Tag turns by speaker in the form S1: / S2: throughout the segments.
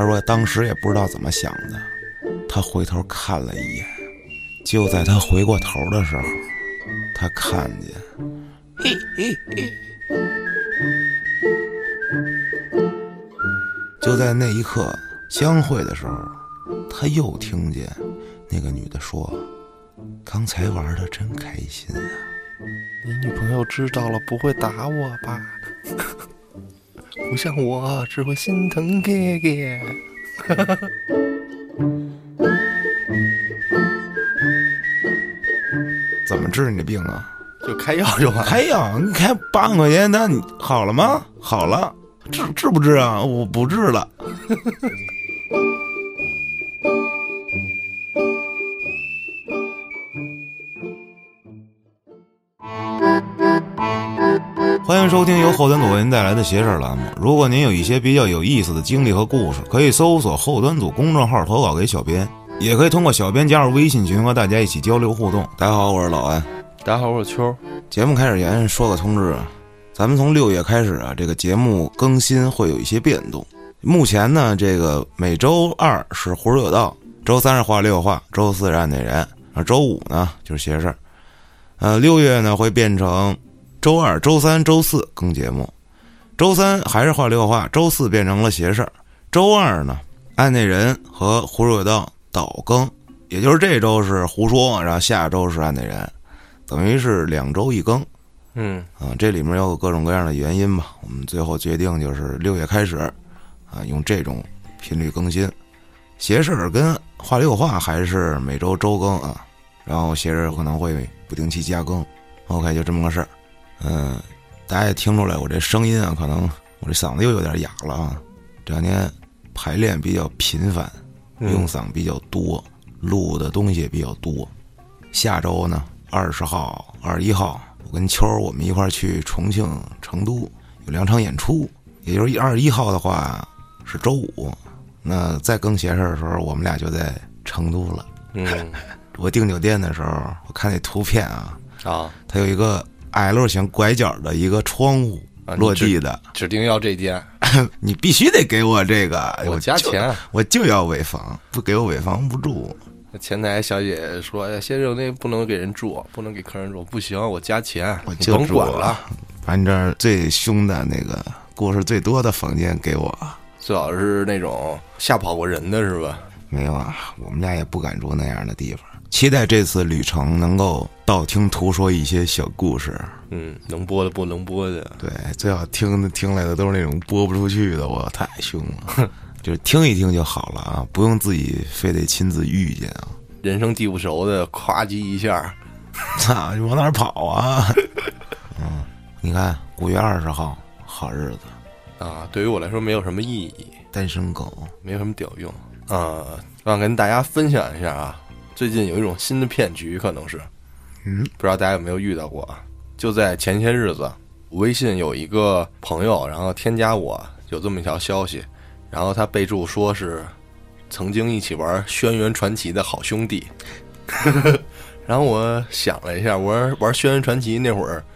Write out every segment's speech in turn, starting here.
S1: 他说当时也不知道怎么想的，他回头看了一眼，就在他回过头的时候，他看见嘿嘿嘿，就在那一刻相会的时候，他又听见那个女的说，刚才玩的真开心啊，
S2: 你女朋友知道了不会打我吧？不像我只会心疼哥哥。
S1: 怎么治你的病啊？
S2: 就开药就完。
S1: 开药，你开8万块钱单，你好了吗？好了，治不治啊？我不治了。欢迎收听由后端组为您带来的邪事栏目。如果您有一些比较有意思的经历和故事，可以搜索后端组公众号投稿给小编，也可以通过小编加入微信群和大家一起交流互动。大家好，我是老安。
S2: 大家好，我是秋。
S1: 节目开始前说个通知啊，咱们从6月开始啊，这个节目更新会有一些变动。目前呢，这个每周2是胡说有道，周3是话里有话，周4是案内人，周5呢就是邪事。6月呢会变成周2、周3、周4更节目，周3还是话里有话，周4变成了邪事，周2呢案内人和胡说有道倒更，也就是这周是胡说，然后下周是案内人，等于是2周一更。这里面有各种各样的原因吧，我们最后决定就是6月开始用这种频率更新。邪事跟话里有话还是每周周更啊，然后邪事可能会不定期加更。OK， 就这么个事儿。大家也听出来我这声音啊，可能我这嗓子又有点哑了啊。这2天排练比较频繁，用嗓比较多，录的东西也比较多。下周呢20号、21号，我跟秋我们一块去重庆、成都有2场演出，也就是21号的话是周5，那再更邪事的时候，我们俩就在成都了。我订酒店的时候，我看那图片啊，它有一个 L 型拐角的一个窗户，落地的，
S2: 指定要这间。
S1: 你必须得给我这个，
S2: 我加钱，
S1: 我就要尾房，不给我尾房不住。
S2: 前台小姐说：“哎，先生，那不能给人住，不能给客人住，不行，我加钱，
S1: 我就
S2: 甭管了。
S1: 把你这儿最凶的那个故事最多的房间给我，
S2: 最好是那种吓跑过人的是吧？
S1: 没有啊，我们俩也不敢住那样的地方。期待这次旅程能够道听途说一些小故事。
S2: 能播的不能播的，
S1: 对，最好听来的都是那种播不出去的，我太凶了。就是听一听就好了啊，不用自己非得亲自遇见啊。
S2: 人生地不熟的，咵叽一下，
S1: 你往哪儿跑啊？你看5月20号，好日子
S2: 啊！对于我来说没有什么意义，
S1: 单身狗
S2: 没有什么屌用啊！想跟大家分享一下啊，最近有一种新的骗局，可能是，不知道大家有没有遇到过啊？就在前些日子，微信有一个朋友，然后添加我，有这么一条消息。然后他备注说是曾经一起玩《轩辕传奇》的好兄弟。然后我想了一下，我玩《轩辕传奇》那会儿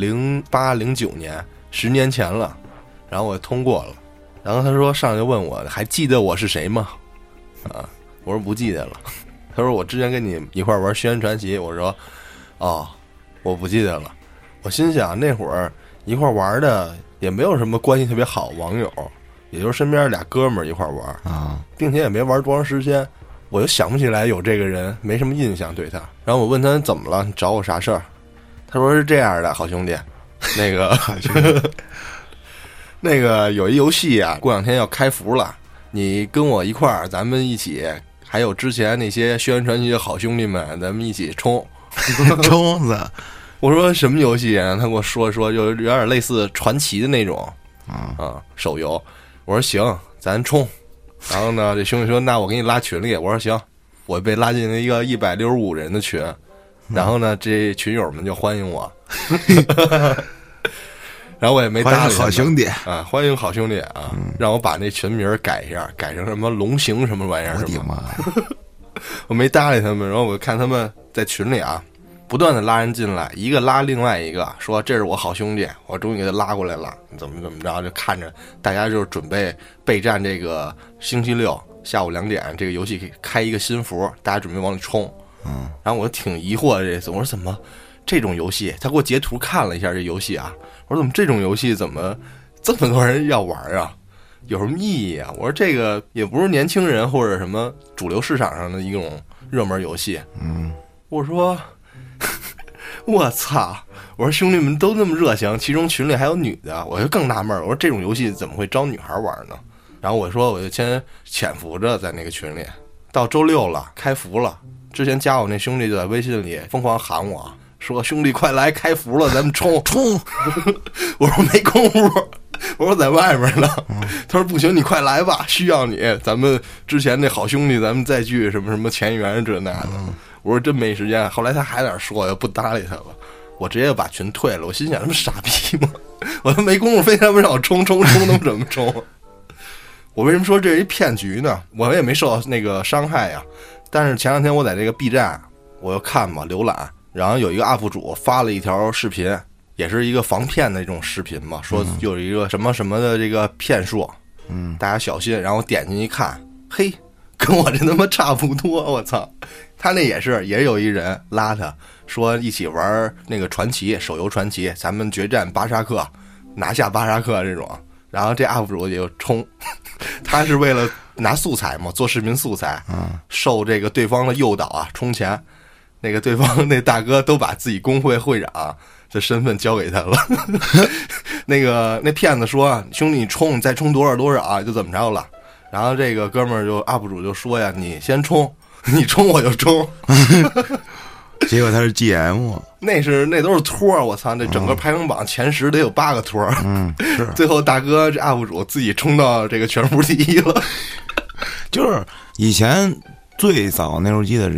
S2: 08、09年，10年前了。然后我通过了。然后他说上来就问我还记得我是谁吗？我说不记得了。他说我之前跟你一块玩《轩辕传奇》，我说我不记得了。我心想那会儿一块玩的也没有什么关系特别好网友。也就是身边2哥们儿一块玩啊，并且也没玩多长时间，我就想不起来有这个人，没什么印象对他。然后我问他怎么了，你找我啥事儿？他说是这样的，好兄弟，那个那个有一游戏啊，过2天要开服了，你跟我一块儿，咱们一起，还有之前那些轩辕传奇的好兄弟们，咱们一起冲
S1: 冲子。
S2: 我说什么游戏啊？他跟我说有点类似传奇的那种手游。我说行，咱冲。然后呢，这兄弟说那我给你拉群里。我说行，我被拉进了一个165人的群。然后呢，这群友们就欢迎我。然后我也没搭理他们。欢迎好兄弟啊，欢迎好兄弟啊，让我把那群名改一下，改成什么龙行什么玩意儿。我的妈！我没搭理他们，然后我看他们在群里啊不断的拉人进来，一个拉另外一个，说这是我好兄弟，我终于给他拉过来了，怎么着，就看着大家就是准备备战这个星期六下午2点这个游戏开一个新服，大家准备往里冲。然后我挺疑惑的这次，我说怎么这种游戏，他给我截图看了一下这游戏啊，我说怎么这种游戏怎么这么多人要玩啊？有什么意义啊？我说这个也不是年轻人或者什么主流市场上的一种热门游戏。我说我操！我说兄弟们都那么热情，其中群里还有女的，我就更纳闷了。我说这种游戏怎么会招女孩玩呢？然后我说我就先潜伏着在那个群里，到周六了开服了。之前加我那兄弟就在微信里疯狂喊我说：“兄弟快来开服了，咱们冲！”我说没工夫，我说在外面呢。他说不行，你快来吧，需要你。咱们之前那好兄弟，咱们再聚什么什么前缘这那的。我说真没时间。后来他还在那说，我就不搭理他了。我直接把群退了。我心想，他妈傻逼吗？我都没工夫，非他妈让我冲，能怎么冲？我为什么说这是一骗局呢？我也没受到那个伤害呀。但是前两天我在这个 B 站，我又看嘛浏览，然后有一个 UP 主发了一条视频，也是一个防骗的这种视频嘛，说有一个什么什么的这个骗术，大家小心。然后我点进一看，嘿，跟我这他妈差不多，我操！他那也有一人拉他说一起玩那个传奇手游传奇，咱们决战巴沙克，拿下巴沙克这种。然后这 UP 主也就冲，他是为了拿素材嘛，做视频素材，受这个对方的诱导啊，充钱。那个对方那大哥都把自己工会会长的身份交给他了。那骗子说：“兄弟，你冲，你再冲多少啊，就怎么着了。”然后这个哥们儿就 UP 主就说呀：“你先冲，你冲我就冲。”
S1: 结果他是 GM，
S2: 那都是托，我操！这整个排行榜前10得有8个托。
S1: 是。
S2: 最后大哥这 UP 主自己冲到这个全服第一了。
S1: 就是以前最早那时候记得是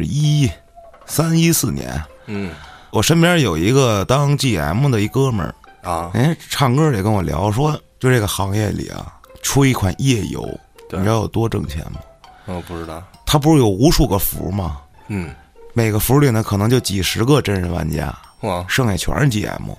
S1: 13、14年，我身边有一个当 GM 的一哥们儿啊，唱歌也跟我聊说，就这个行业里啊，出一款夜游，你知道有多挣钱吗？
S2: 我不知道。
S1: 他不是有无数个服吗？每个服里呢可能就几十个真人玩家，剩下全是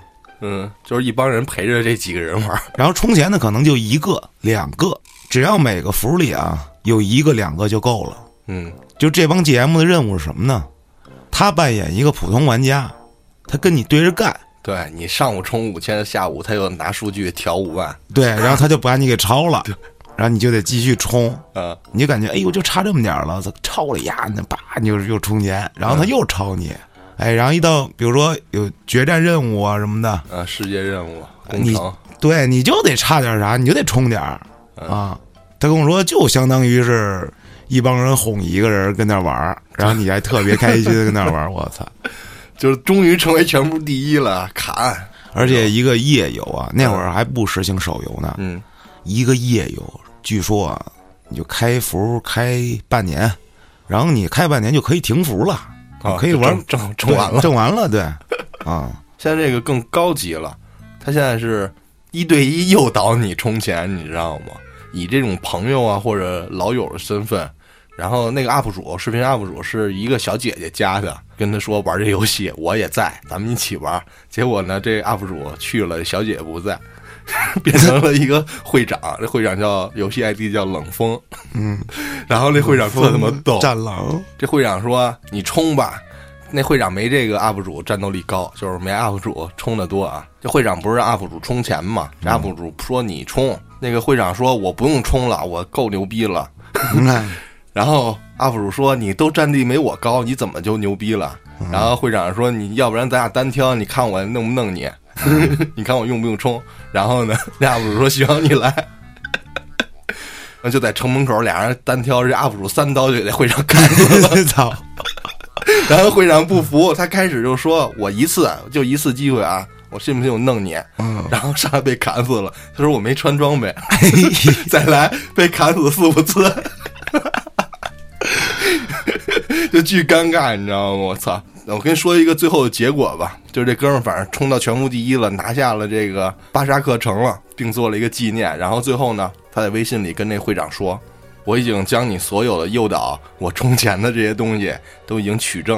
S1: GM。
S2: 就是一帮人陪着这几个人玩，
S1: 然后充钱的可能就1个、2个，只要每个服里啊有1个、2个就够了。就这帮 GM 的任务是什么呢？他扮演一个普通玩家，他跟你对着干。
S2: 对，你上午充5000，下午他又拿数据调5万。
S1: 对，然后他就把你给超了，然后你就得继续充。你就感觉哎呦就差这么点了，超了呀，那叭你就又充钱，然后他又超你。然后一到比如说有决战任务啊什么的，
S2: 世界任务工程，
S1: 对，你就得差点啥，你就得充点啊。他跟我说，就相当于是一帮人哄一个人跟那玩，然后你还特别开心的跟那玩，我操！
S2: 就是终于成为全部第一了，砍！
S1: 而且一个夜游啊，那会儿还不实行手游呢，一个夜游，据说啊，你就开服开半年，然后你开半年就可以停服了。可以玩挣完了，对啊。
S2: 现在这个更高级了，他现在是1对1诱导你充钱，你知道吗？以这种朋友啊或者老友的身份，然后那个 UP 主视频 UP 主是一个小姐姐加的，跟他说玩这游戏我也在，咱们一起玩。结果呢，这 UP 主去了，小姐姐不在，变成了一个会长，这会长叫游戏 ID 叫冷风，然后那会长特他妈逗，
S1: 战狼。
S2: 这会长说你冲吧，那会长没这个 UP 主战斗力高，就是没 UP 主冲的多啊。这会长不是让 UP 主充钱嘛？这 UP 主说你冲，那个会长说我不用冲了，我够牛逼了。然后 UP 主说你都战力没我高，你怎么就牛逼了？然后会长说你要不然咱俩单挑，你看我弄不弄你？你看我用不用冲？然后呢，那 UP 主说行，你来。就在城门口俩人单挑，这 UP 主3刀就给会长砍死了。操！然后会长不服，他开始就说我一次机会啊，我信不信我弄你？然后上来被砍死了。他说我没穿装备，再来被砍死4、5次。就巨尴尬，你知道吗？我操！我跟你说一个最后的结果吧，就是这哥们儿反正冲到全服第一了，拿下了这个巴沙克城了，并做了一个纪念。然后最后呢，他在微信里跟那会长说，我已经将你所有的诱导我充钱的这些东西都已经取证了，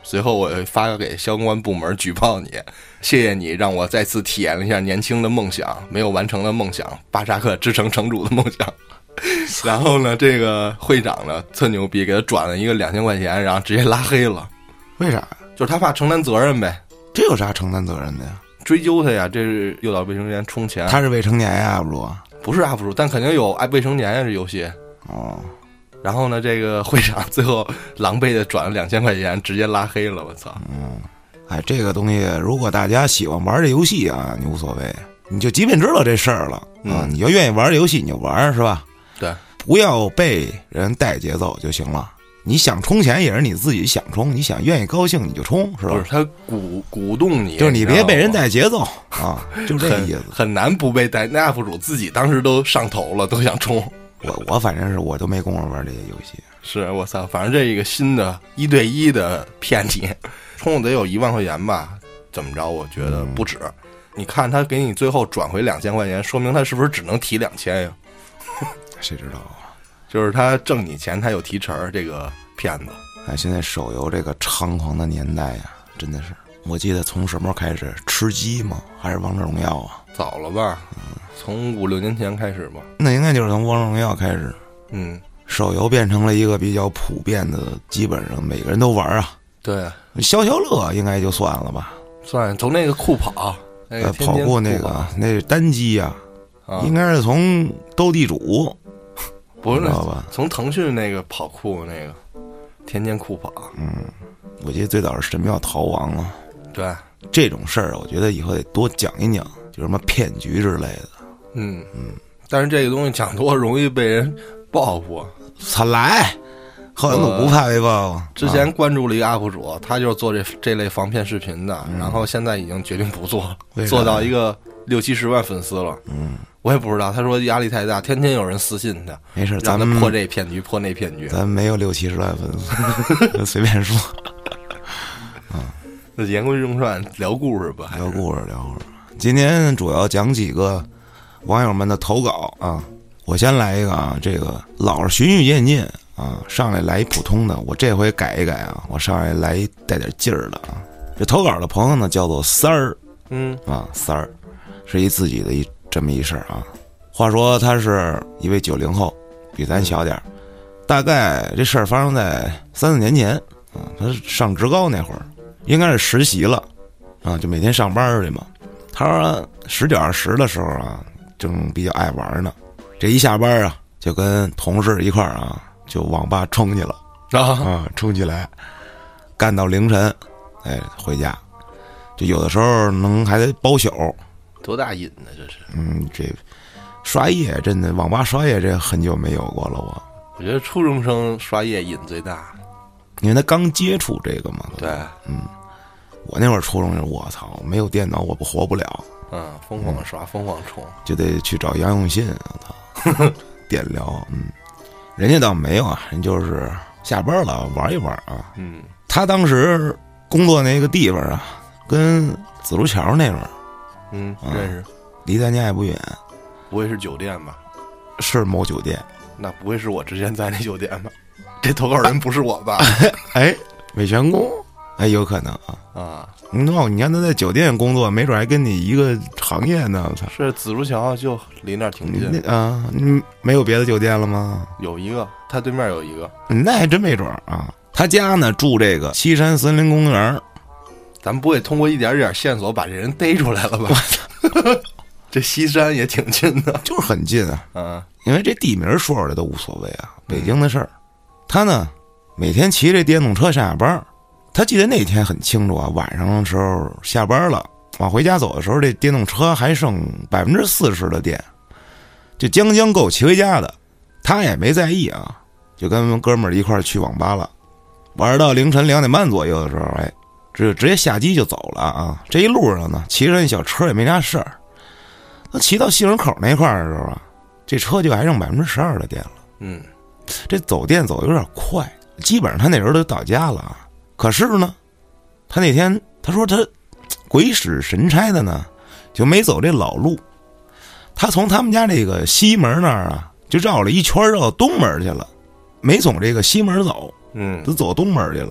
S2: 随后我发给相关部门举报你，谢谢你让我再次体验了一下年轻的梦想，没有完成的梦想，巴扎克之城城主的梦想。然后呢，这个会长呢特牛逼，给他转了一个2000块钱，然后直接拉黑了。
S1: 为啥？
S2: 就是他怕承担责任呗。
S1: 这有啥承担责任的呀？
S2: 追究他呀，这是诱导未成年充钱。
S1: 他是未成年呀，UP主？
S2: 不是 UP主，但肯定有未成年呀，这游戏。
S1: 哦。
S2: 然后呢，这个会长最后狼狈的转了2000块钱，直接拉黑了。我操！
S1: 哎，这个东西，如果大家喜欢玩这游戏啊，你无所谓，你就即便知道这事儿了啊，你就愿意玩这游戏你就玩，是吧？
S2: 对，
S1: 不要被人带节奏就行了。你想充钱也是你自己想充，你想愿意高兴你就充，是吧？
S2: 不是他鼓动你，
S1: 就是你别被人带节奏啊，就这意思。
S2: 很难不被带。那 UP 主自己当时都上头了，都想充。 我
S1: 反正是我都没工夫玩这些游戏。
S2: 是我操，反正这个新的1对1的骗你，充得有1万块钱吧？怎么着？我觉得不止。你看他给你最后转回2000块钱，说明他是不是只能提2000呀？
S1: 谁知道啊？
S2: 就是他挣你钱，他有提成，这个骗子。
S1: 哎，现在手游这个猖狂的年代呀，真的是。我记得从什么时候开始？吃鸡吗？还是王者荣耀啊？
S2: 早了吧？从5、6年前开始吧。
S1: 那应该就是从王者荣耀开始。手游变成了一个比较普遍的，基本上每个人都玩啊。
S2: 对，
S1: 消消乐应该就算了吧。
S2: 算从那个酷跑，那个
S1: 跑过那个那是单机呀，应该是从斗地主，
S2: 不是
S1: 知道吧？
S2: 从腾讯那个跑酷那个天天酷跑。
S1: 我记得最早是神庙逃亡啊。
S2: 对，
S1: 这种事儿我觉得以后得多讲一讲，就什么骗局之类的。
S2: 但是这个东西讲多容易被人报复。
S1: 他来，好像都不怕被报复。
S2: 之前关注了一个 UP 主，他就是做这类防骗视频的，然后现在已经决定不做了，做到一个60、70万粉丝了。我也不知道，他说压力太大，天天有人私信他，
S1: 没事，
S2: 让他破这骗局，破那骗局。
S1: 咱没有60、70万粉丝，随便说。
S2: 那言归正传，聊故事吧。
S1: 聊故事。今天主要讲几个网友们的投稿啊。我先来一个啊，这个老是循序渐进啊，上来一普通的，我这回改一改啊，我上来一带点劲儿的啊。这投稿的朋友呢叫做三儿，三儿是自己的这么一事儿啊。话说他是一位90后，比咱小点儿，大概这事儿发生在3、4年前啊。他上职高那会儿，应该是实习了啊，就每天上班去嘛。他说10点20的时候啊，正比较爱玩呢。这一下班啊，就跟同事一块儿啊，就网吧冲去了冲起来，干到凌晨，哎，回家。就有的时候还得包宿。
S2: 多大瘾呢？这是。
S1: 这刷夜真的，网吧刷夜这很久没有过了。
S2: 我觉得初中生刷夜瘾最大，
S1: 因为他刚接触这个嘛。
S2: 对，
S1: 我那会儿初中我操，没有电脑我活不了。
S2: 疯狂刷，疯狂冲，
S1: 就得去找杨永信，我操，电聊。人家倒没有啊，人就是下班了玩一玩啊。他当时工作那个地方啊，跟紫竹桥那边，
S2: 认识，
S1: 离咱家也不远。
S2: 不会是酒店吧？
S1: 是某酒店。
S2: 那不会是我之前在那酒店吧？这投稿人不是我吧？
S1: 哎，伪员工，哎，有可能啊。你看他在酒店工作，没准还跟你一个行业呢。我操，
S2: 是紫竹桥就离那儿挺近
S1: 啊。没有别的酒店了吗？
S2: 有一个，他对面有一个。
S1: 那还真没准啊。他家呢住这个西山森林公园。
S2: 咱们不会通过一点线索把这人逮出来了吧？这西山也挺近的，
S1: 就是很近啊。因为这地名说出来都无所谓啊，北京的事儿。他呢每天骑这电动车上下班。他记得那天很清楚啊，晚上的时候下班了，往回家走的时候，这电动车还剩40%的电，就将够骑回家的。他也没在意啊，就跟哥们儿一块儿去网吧了。玩到凌晨2点半左右的时候，哎，直接下机就走了啊。这一路上呢，骑着那小车也没啥事儿。他骑到西门口那块儿的时候啊，这车就还剩12%的电了。这走电走有点快，基本上他那时候都到家了啊。可是呢，他那天他说他鬼使神差的呢，就没走这老路，他从他们家这个西门那儿啊，就绕了一圈绕到东门去了，没从这个西门走，都走东门去了。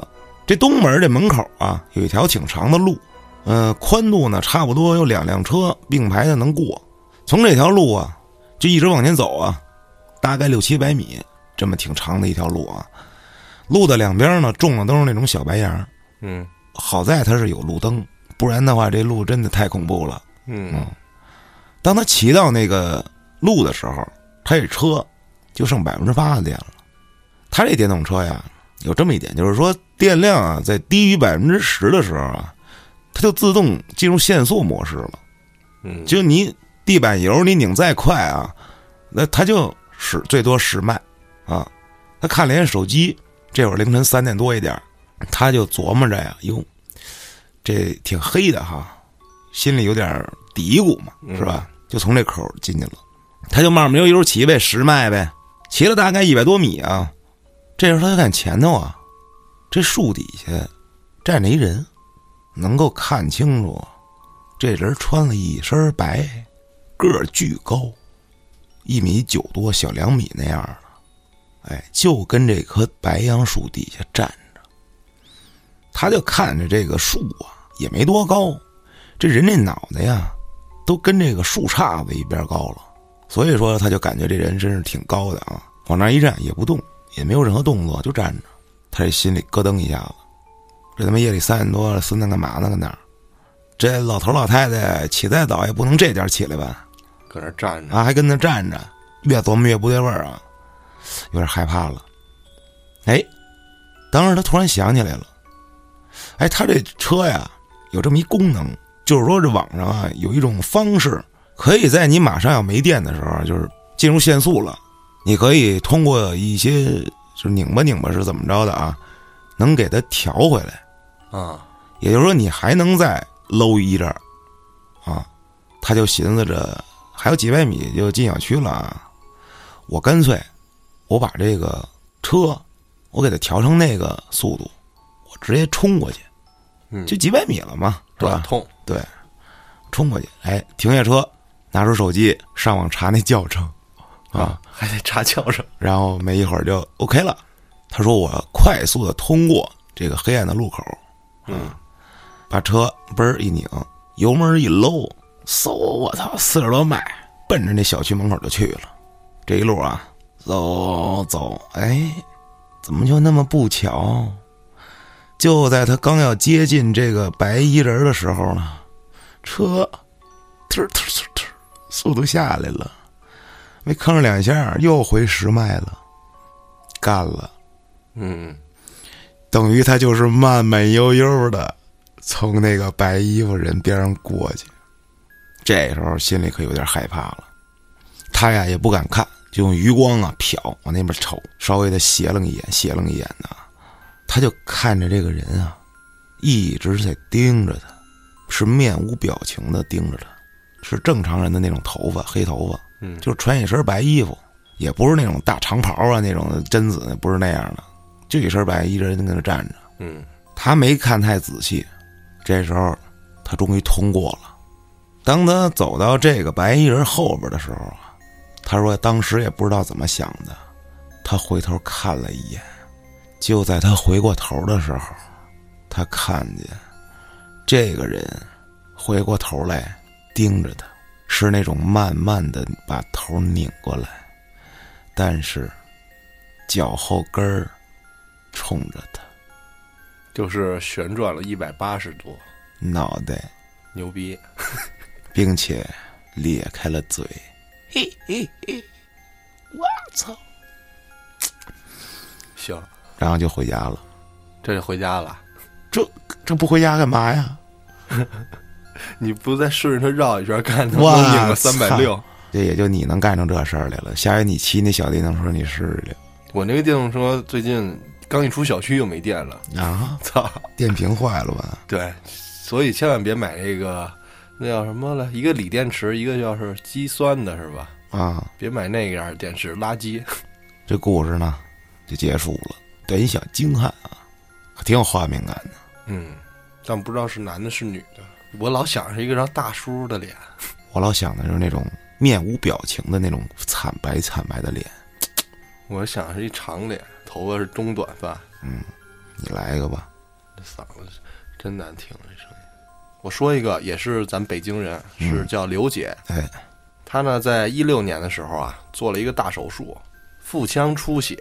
S1: 这东门这门口啊，有一条挺长的路，宽度呢差不多有2辆车并排的能过。从这条路啊，就一直往前走啊，大概600-700米，这么挺长的一条路啊。路的两边呢种的都是那种小白杨，好在它是有路灯，不然的话这路真的太恐怖了。当他骑到那个路的时候，他这车就剩8%的电了。他这电动车呀，有这么一点，就是说电量啊，在低于10%的时候啊，它就自动进入限速模式了。就你地板油你拧再快啊，那它就最多10迈啊。他看了一眼手机，这会儿凌晨3点多一点，他就琢磨着呀，哟，这挺黑的哈，心里有点嘀咕嘛，是吧？就从这口进去了，他就慢慢悠悠骑呗，10迈呗，骑了大概100多米啊。这时候他就看前头啊，这树底下站着一人，能够看清楚，这人穿了一身白，个儿巨高，1.9米多，小2米那样的。就跟这棵白杨树底下站着。他就看着这个树啊，也没多高，这人这脑袋呀，都跟这个树杈子一边高了。所以说他就感觉这人真是挺高的啊。往那一站也不动，也没有任何动作，就站着。他这心里咯噔一下子，这他妈夜里3点多了，孙子干嘛呢？跟那儿，这老头老太太起再早也不能这点起来吧？
S2: 搁那站着
S1: 啊，还跟那站着，越琢磨越不对味儿啊，有点害怕了。当时他突然想起来了，他这车呀有这么一功能，就是说这网上啊有一种方式，可以在你马上要没电的时候，就是进入限速了，你可以通过一些就是拧巴是怎么着的啊，能给它调回来
S2: 啊。
S1: 也就是说你还能再搂一阵儿啊。他就寻思着还有几百米就进小区了啊，我干脆我把这个车我给它调成那个速度，我直接冲过去，就几百米了嘛，是吧？
S2: 痛，
S1: 对，冲过去，停下车，拿出手机上网查那教程啊，
S2: 还得查教程，
S1: 然后没一会儿就 OK 了。他说我快速的通过这个黑暗的路口，把车嘣一拧，油门一搂，嗖，我操，40多迈，奔着那小区门口就去了。这一路啊，走，怎么就那么不巧？就在他刚要接近这个白衣人的时候呢，车速度下来了，没吭2下，又回10迈了，干了。等于他就是慢慢悠悠的从那个白衣服人边上过去。这时候心里可有点害怕了，他呀也不敢看，就用余光啊瞟往那边瞅，稍微的斜楞一眼的，他就看着这个人啊，一直在盯着他，是面无表情的盯着他，是正常人的那种头发，黑头发，就是穿一身白衣服，也不是那种大长袍啊，那种贞子，不是那样的，就一身白衣人跟那站着。他没看太仔细，这时候他终于通过了。当他走到这个白衣人后边的时候啊，他说当时也不知道怎么想的，他回头看了一眼，就在他回过头的时候，他看见这个人回过头来盯着他，是那种慢慢的把头拧过来，但是脚后跟儿冲着他，
S2: 就是旋转了180度，
S1: 脑袋
S2: 牛逼，
S1: 并且咧开了嘴，嘿嘿嘿，我操！
S2: 行，
S1: 然后就回家了。
S2: 这就回家了？
S1: 这不回家干嘛呀？
S2: 你不再顺着他绕一圈，看他能拧个360？
S1: 这也就你能干成这事儿来了。下回你骑那小电动车，你试试去。
S2: 我那个电动车最近刚一出小区就没电了
S1: 啊！
S2: 操，
S1: 电瓶坏了吧？
S2: 对，所以千万别买这个，那叫什么了？一个锂电池，一个叫是肌酸的，是吧？啊，别买那个样的电池，垃圾。
S1: 这故事呢就结束了，短小精悍啊，挺有画面感的。
S2: 但不知道是男的是女的。我老想是一个大叔的脸，
S1: 我老想的就是那种面无表情的那种惨白的脸。
S2: 我想是一长脸，头发是中短发。
S1: 你来一个吧。
S2: 这嗓子真难听，这声音。我说一个，也是咱北京人，是叫刘姐。
S1: 哎，
S2: 她呢，在16年的时候啊，做了一个大手术，腹腔出血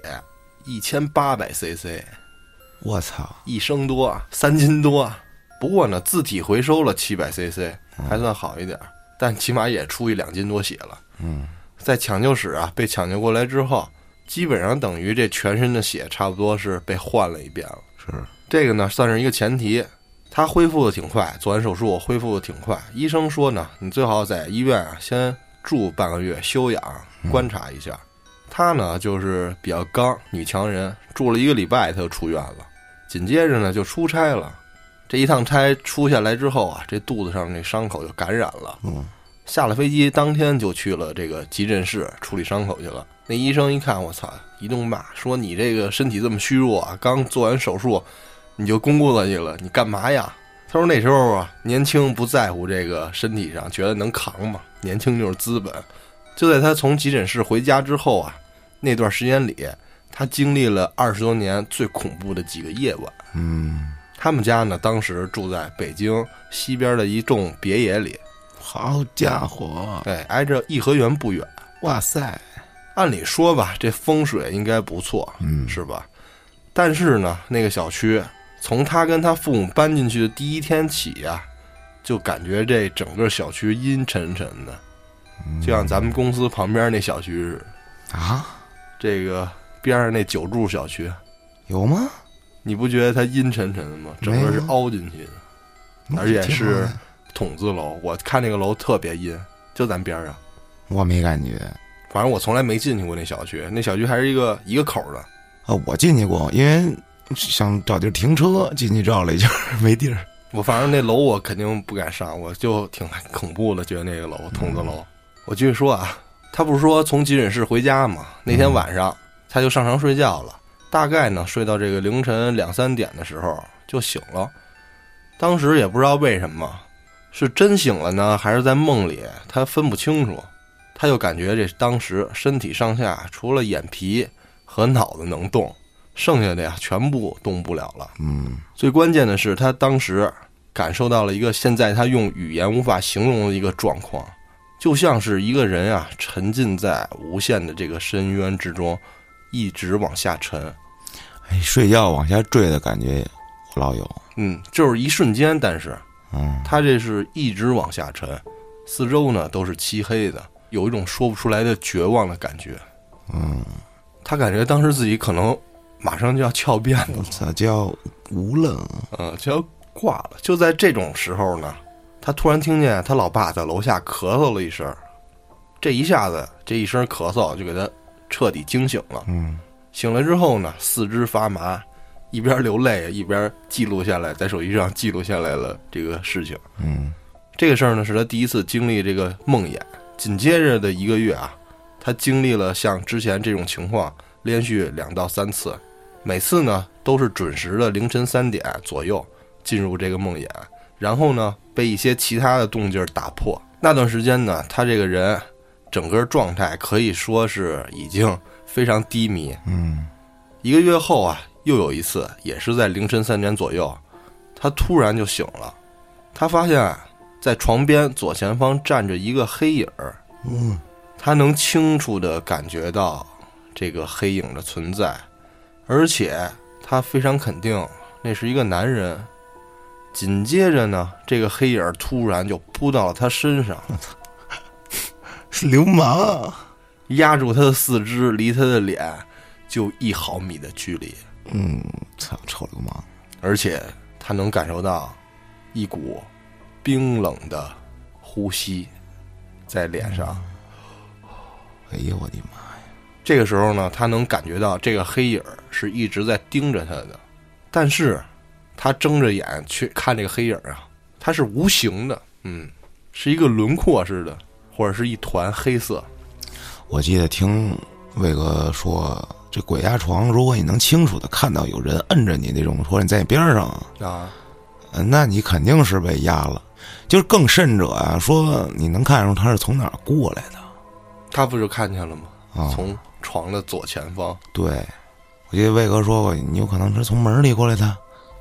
S2: 1800cc，
S1: 我操
S2: ，1升多，3斤多。不过呢，自体回收了700cc，还算好一点，但起码也出1-2斤多血了。在抢救室啊，被抢救过来之后，基本上等于这全身的血差不多是被换了一遍了。
S1: 是
S2: 这个呢，算是一个前提。他恢复的挺快，做完手术恢复的挺快。医生说呢，你最好在医院啊先住半个月休养，观察一下。他呢就是比较刚，女强人，住了1个礼拜他就出院了。紧接着呢就出差了。这一趟差出下来之后啊，这肚子上那伤口就感染了。下了飞机当天就去了这个急诊室处理伤口去了。那医生一看，我操，一顿骂，说你这个身体这么虚弱啊，刚做完手术你就工作去了，你干嘛呀？他说那时候啊，年轻不在乎这个身体上，觉得能扛嘛，年轻就是资本。就在他从急诊室回家之后啊，那段时间里，他经历了20多年最恐怖的几个夜晚。他们家呢，当时住在北京西边的一幢别野里。
S1: 好家伙，
S2: 对，挨着颐和园不远。
S1: 哇塞，
S2: 按理说吧，这风水应该不错，是吧？但是呢，那个小区从他跟他父母搬进去的第一天起啊，就感觉这整个小区阴沉沉的，就像咱们公司旁边那小区似的
S1: 啊。
S2: 这个边上那9住小区
S1: 有吗？
S2: 你不觉得它阴沉沉的吗？整个是凹进去的，而且是筒子楼。我看那个楼特别阴，就咱边上。
S1: 我没感觉，
S2: 反正我从来没进去过那小区，那小区还是一个口的。
S1: 我进去过，因为想找地儿停车，进去照了一下，没地儿。
S2: 我反正那楼我肯定不敢上，我就挺恐怖的，觉得那个楼筒子楼。我继续说啊，他不是说从急诊室回家吗？那天晚上他就上床睡觉了，大概呢睡到这个凌晨2-3点的时候就醒了。当时也不知道为什么，是真醒了呢，还是在梦里，他分不清楚。他就感觉这当时身体上下除了眼皮和脑子能动，剩下的呀全部动不了了。最关键的是他当时感受到了一个现在他用语言无法形容的一个状况，就像是一个人啊沉浸在无限的这个深渊之中，一直往下沉。
S1: 睡觉往下坠的感觉我老有。
S2: 就是一瞬间，但是他这是一直往下沉，四周呢都是漆黑的，有一种说不出来的绝望的感觉。他感觉当时自己可能马上就要翘辫子了，
S1: 就要无了，
S2: 就要挂了。就在这种时候呢，他突然听见他老爸在楼下咳嗽了一声，这一下子这一声咳嗽就给他彻底惊醒了。醒了之后呢，四肢发麻，一边流泪一边记录下来，在手机上记录下来了这个事情。这个事儿呢是他第一次经历这个梦魇。紧接着的1个月啊，他经历了像之前这种情况连续2到3次，每次呢都是准时的凌晨3点左右进入这个梦魇，然后呢被一些其他的动静打破。那段时间呢，他这个人整个状态可以说是已经非常低迷。1个月后啊，又有一次，也是在凌晨3点左右，他突然就醒了。他发现在床边左前方站着一个黑影儿。他能清楚地感觉到这个黑影的存在，而且他非常肯定那是一个男人。紧接着呢，这个黑影突然就扑到了他身上，
S1: 是流氓，
S2: 压住他的四肢，离他的脸就1毫米的距离。
S1: 操，臭流氓！
S2: 而且他能感受到一股冰冷的呼吸在脸上。
S1: 哎呦我的妈呀！
S2: 这个时候呢，他能感觉到这个黑影是一直在盯着他的，但是他睁着眼去看这个黑影啊，它是无形的，是一个轮廓似的，或者是一团黑色。
S1: 我记得听魏哥说，这鬼压床，如果你能清楚的看到有人摁着你那种，或者你在你边上啊，那你肯定是被压了。就是更甚者啊，说你能看出他是从哪儿过来的。
S2: 他不就看见了吗？从床的左前方。
S1: 对，我记得魏哥说过，你有可能是从门里过来的。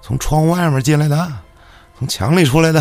S1: 从窗户外面进来的，从墙里出来的。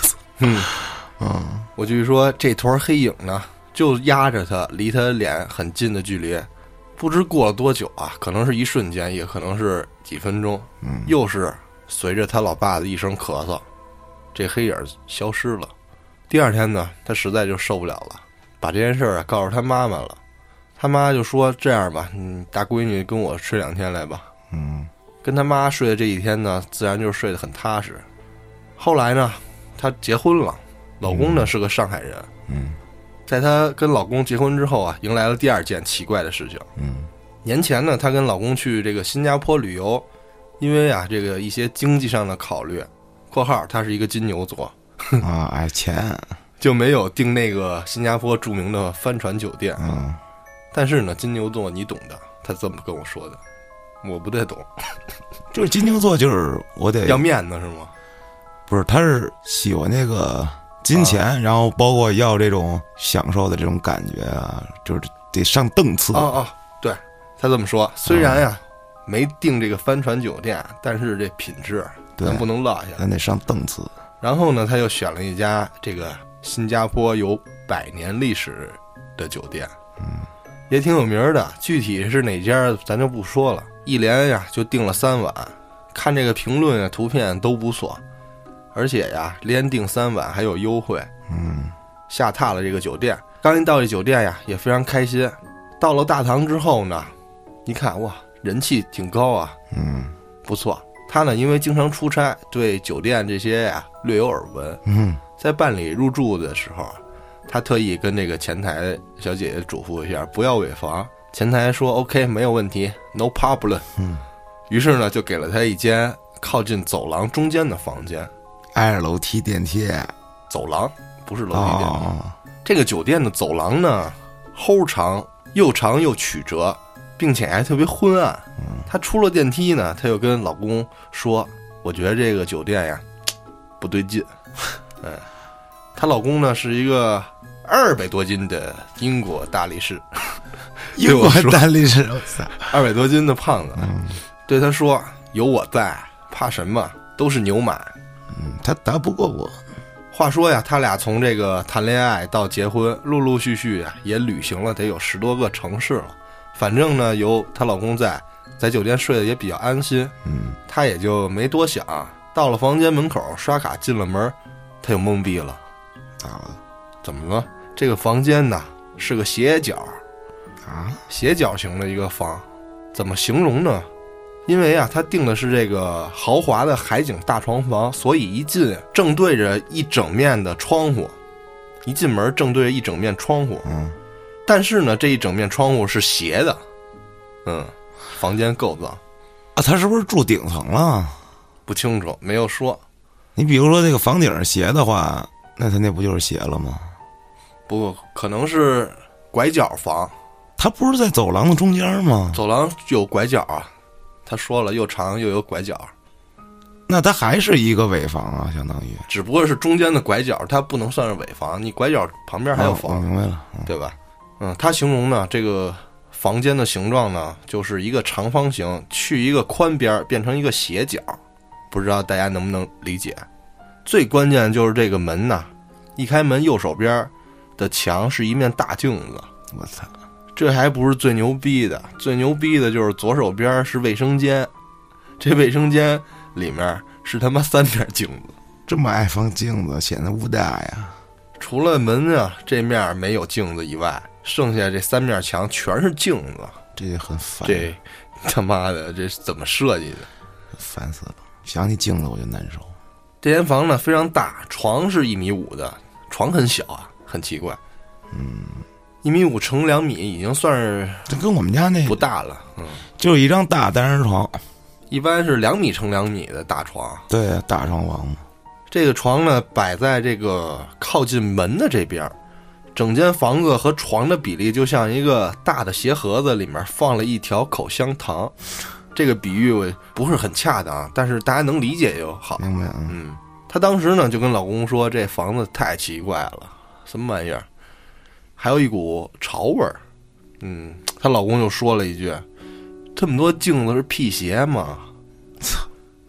S2: 我据说这团黑影呢，就压着他，离他脸很近的距离，不知过了多久啊，可能是一瞬间，也可能是几分钟，又是随着他老爸的一声咳嗽，这黑影消失了。第二天呢，他实在就受不了了，把这件事啊告诉他妈妈了。他妈就说：“这样吧，你大闺女跟我睡2天来吧。”跟他妈睡的这一天呢，自然就睡得很踏实。后来呢，她结婚了，老公呢是个上海人。在她跟老公结婚之后啊，迎来了第二件奇怪的事情。年前呢，她跟老公去这个新加坡旅游，因为啊这个一些经济上的考虑（括号她是一个金牛座
S1: 啊，爱钱），
S2: 就没有订那个新加坡著名的帆船酒店。但是呢，金牛座你懂的，他这么跟我说的，我不太懂。
S1: 就是金牛座，就是我得
S2: 要面子是吗？
S1: 不是，他是喜欢那个金钱，然后包括要这种享受的这种感觉啊，就是得上档次。
S2: 对，他这么说。虽然呀没订这个帆船酒店，但是这品质咱不能落下，
S1: 咱得上档次。
S2: 然后呢，他又选了一家这个新加坡有100年历史的酒店。也挺有名的，具体是哪家咱就不说了。一连呀就订了3晚，看这个评论啊图片都不错，而且呀连订3晚还有优惠。下榻了这个酒店，刚一到这酒店呀也非常开心。到了大堂之后呢，一看哇人气挺高啊，不错。他呢因为经常出差，对酒店这些呀略有耳闻。在办理入住的时候，他特意跟这个前台小姐姐嘱咐一下，不要尾房。前台说 OK 没有问题 No problem。于是呢就给了他一间靠近走廊中间的房间，
S1: 挨着楼梯电梯。
S2: 走廊不是楼梯电梯。这个酒店的走廊呢齁长，又长又曲折，并且还特别昏暗。他出了电梯呢，他又跟老公说，我觉得这个酒店呀不对劲。她老公呢是一个200多斤的英国大力士，
S1: 英国大力士
S2: ，200多斤的胖子。对他说：“有我在，怕什么？都是牛马。”
S1: 他打不过我。
S2: 话说呀，他俩从这个谈恋爱到结婚，陆陆续续啊也旅行了得有10多个城市了。反正呢，有她老公在酒店睡得也比较安心。她也就没多想。到了房间门口，刷卡进了门，她就懵逼了。怎么了？这个房间呢是个斜角斜角型的一个房。怎么形容呢？因为啊他订的是这个豪华的海景大床房，所以一进正对着一整面的窗户，一进门正对着一整面窗户。但是呢这一整面窗户是斜的。房间构造
S1: 啊，他是不是住顶层了？
S2: 不清楚，没有说。
S1: 你比如说这个房顶是斜的话，那他那不就是斜了吗？
S2: 不，可能是拐角房。
S1: 他不是在走廊的中间吗？
S2: 走廊有拐角啊，他说了，又长又有拐角。
S1: 那他还是一个尾房啊，相当于
S2: 只不过是中间的拐角，它不能算是尾房，你拐角旁边还有房。
S1: 我明白了，
S2: 对吧？他形容呢这个房间的形状呢就是一个长方形去一个宽边变成一个斜角，不知道大家能不能理解。最关键就是这个门呢，一开门右手边的墙是一面大镜子。
S1: 我操，
S2: 这还不是最牛逼的，最牛逼的就是左手边是卫生间，这卫生间里面是他妈3面镜子。
S1: 这么爱放镜子显得武大呀。
S2: 除了门啊这面没有镜子以外，剩下这3面墙全是镜子。
S1: 这就很烦，
S2: 这他妈的这是怎么设计的？
S1: 烦死了，想起镜子我就难受。
S2: 这间房呢非常大，床是1.5米的，床很小啊，很奇怪。1.5米乘2米已经算是
S1: 这跟我们家那
S2: 不大了。
S1: 就是一张大单人床，
S2: 一般是2米乘2米的大床。
S1: 对，大床房嘛。
S2: 这个床呢摆在这个靠近门的这边，整间房子和床的比例就像一个大的鞋盒子，里面放了一条口香糖。这个比喻我不是很恰当，但是大家能理解就好。
S1: 明白。
S2: 她当时呢就跟老公说，这房子太奇怪了，什么玩意儿，还有一股潮味儿。她老公就说了一句，这么多镜子是辟邪吗？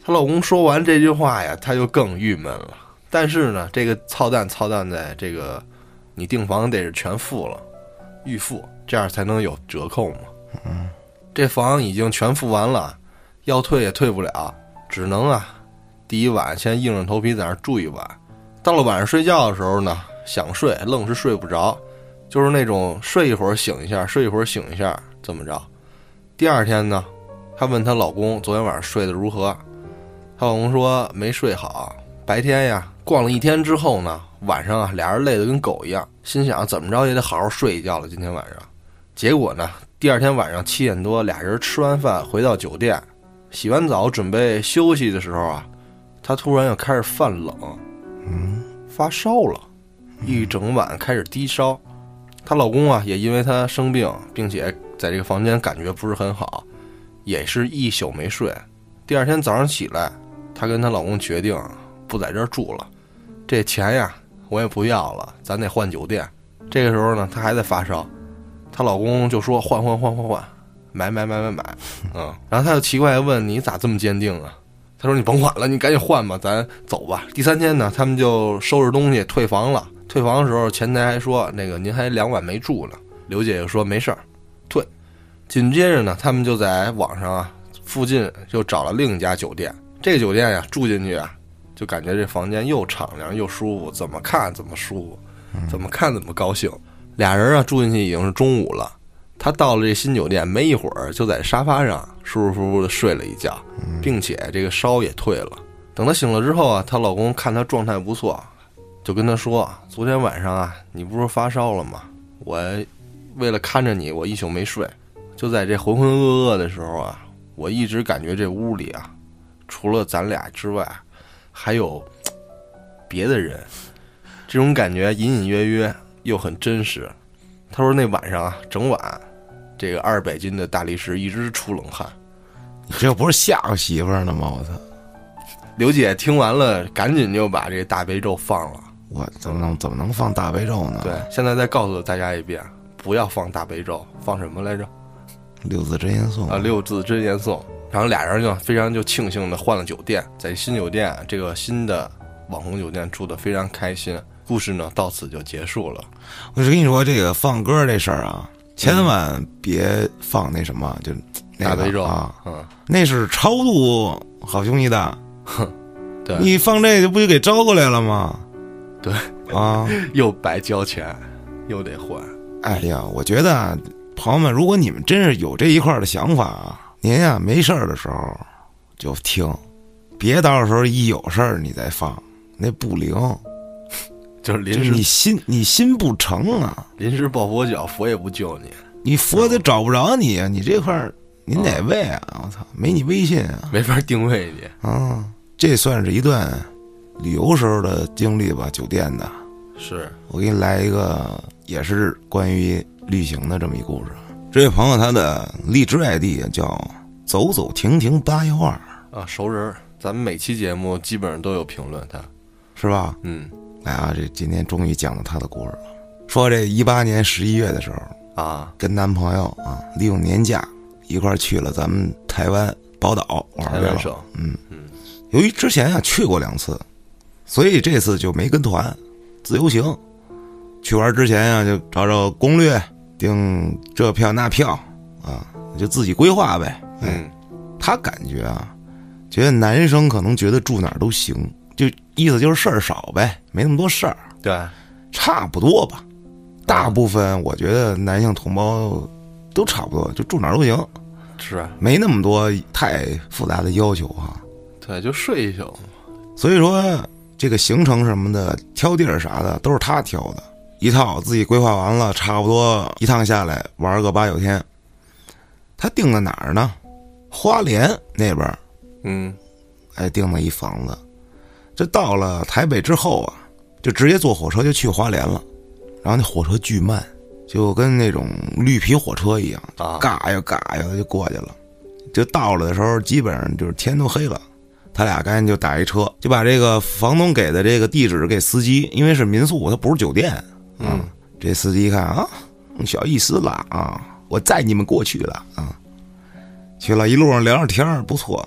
S2: 她老公说完这句话呀，她就更郁闷了。但是呢，这个操蛋在这个你订房得是全付了，预付，这样才能有折扣嘛。这房已经全付完了，要退也退不了，只能啊，第一晚先硬着头皮在那儿住一晚。到了晚上睡觉的时候呢，想睡愣是睡不着，就是那种睡一会儿醒一下，睡一会儿醒一下，这么着。第二天呢，她问她老公昨天晚上睡得如何，她老公说没睡好，白天呀逛了一天之后呢，晚上啊俩人累得跟狗一样，心想怎么着也得好好睡一觉了今天晚上。结果呢，第二天晚上7点多，俩人吃完饭回到酒店，洗完澡准备休息的时候啊，她突然又开始犯冷，发烧了，一整晚开始低烧。她老公啊也因为她生病，并且在这个房间感觉不是很好，也是一宿没睡。第二天早上起来，她跟她老公决定不在这儿住了，这钱呀我也不要了，咱得换酒店。这个时候呢，她还在发烧，她老公就说换，买，然后她就奇怪地问你咋这么坚定啊？她说你甭管了，你赶紧换吧，咱走吧。第3天呢，他们就收拾东西退房了。退房的时候，前台还说那个您还2晚没住呢。刘姐就说没事儿，退。紧接着呢，他们就在网上啊附近又找了另一家酒店。这个酒店呀住进去啊，就感觉这房间又敞亮又舒服，怎么看怎么舒服，怎么看怎么高兴。俩人啊住进去已经是中午了，他到了这新酒店没一会儿就在沙发上舒舒服服的睡了一觉，并且这个烧也退了。等他醒了之后啊，她老公看他状态不错，就跟他说昨天晚上啊你不是发烧了吗？我为了看着你，我一宿没睡，就在这浑浑噩噩的时候啊，我一直感觉这屋里啊除了咱俩之外还有别的人，这种感觉隐隐约约又很真实。他说那晚上啊整晚这个200斤的大力士一直出冷汗。
S1: 你这不是吓唬媳妇儿呢吗？我操！
S2: 刘姐听完了赶紧就把这大悲咒放了。
S1: 我怎么能放大悲咒呢？
S2: 对，现在再告诉大家一遍，不要放大悲咒，放什么来着
S1: ？6字真言颂
S2: 啊，6字真言颂。然后俩人就非常庆幸的换了酒店，在新酒店这个新的网红酒店住得非常开心。故事呢到此就结束了。
S1: 我是跟你说这个放歌这事儿啊，千万别放那什么，就那个
S2: 大悲咒
S1: 啊，那是超度好兄弟的。
S2: 对，
S1: 你放这就不就给招过来了吗？
S2: 对
S1: 啊，
S2: 又白交钱，又得还。
S1: 哎呀，我觉得啊，朋友们，如果你们真是有这一块的想法啊，您呀没事儿的时候就听，别到时候一有事儿你再放，那不灵。
S2: 就是临时
S1: 你心不成啊，
S2: 临时抱佛脚，佛也不救你，
S1: 你佛得找不着你啊，你这块儿您哪位啊？我操，没你微信啊，
S2: 没法定位你
S1: 啊。这算是一段旅游时候的经历吧，酒店的。
S2: 是
S1: 我给你来一个，也是关于旅行的这么一故事。这位朋友他的荔枝 ID 叫走走停停812啊，
S2: 熟人，咱们每期节目基本上都有评论他，
S1: 是吧？来啊，这今天终于讲到他的故事了。说这18年11月的时候
S2: 啊，
S1: 跟男朋友啊利用年假一块儿去了咱们台湾宝岛玩去了。由于之前啊去过2次，所以这次就没跟团，自由行。去玩之前啊就找攻略，订这票那票啊，就自己规划呗。他感觉啊，觉得男生可能觉得住哪儿都行，就意思就是事儿少呗，没那么多事儿。
S2: 对，
S1: 差不多吧。大部分我觉得男性同胞都差不多，就住哪儿都行，
S2: 是
S1: 没那么多太复杂的要求啊。
S2: 对，就睡一宿。
S1: 所以说这个行程什么的，挑地儿啥的都是他挑的，一套自己规划完了，差不多一趟下来玩个8-9天。他定在哪儿呢？花莲那边，定了一房子。这到了台北之后啊，就直接坐火车就去花莲了。然后那火车巨慢，就跟那种绿皮火车一样，嘎呀嘎呀的就过去了。就到了的时候，基本上就是天都黑了。他俩赶紧就打一车，就把这个房东给的这个地址给司机，因为是民宿，它不是酒店。这司机一看啊，小意思了啊，我载你们过去了啊。去了一路上聊着天不错。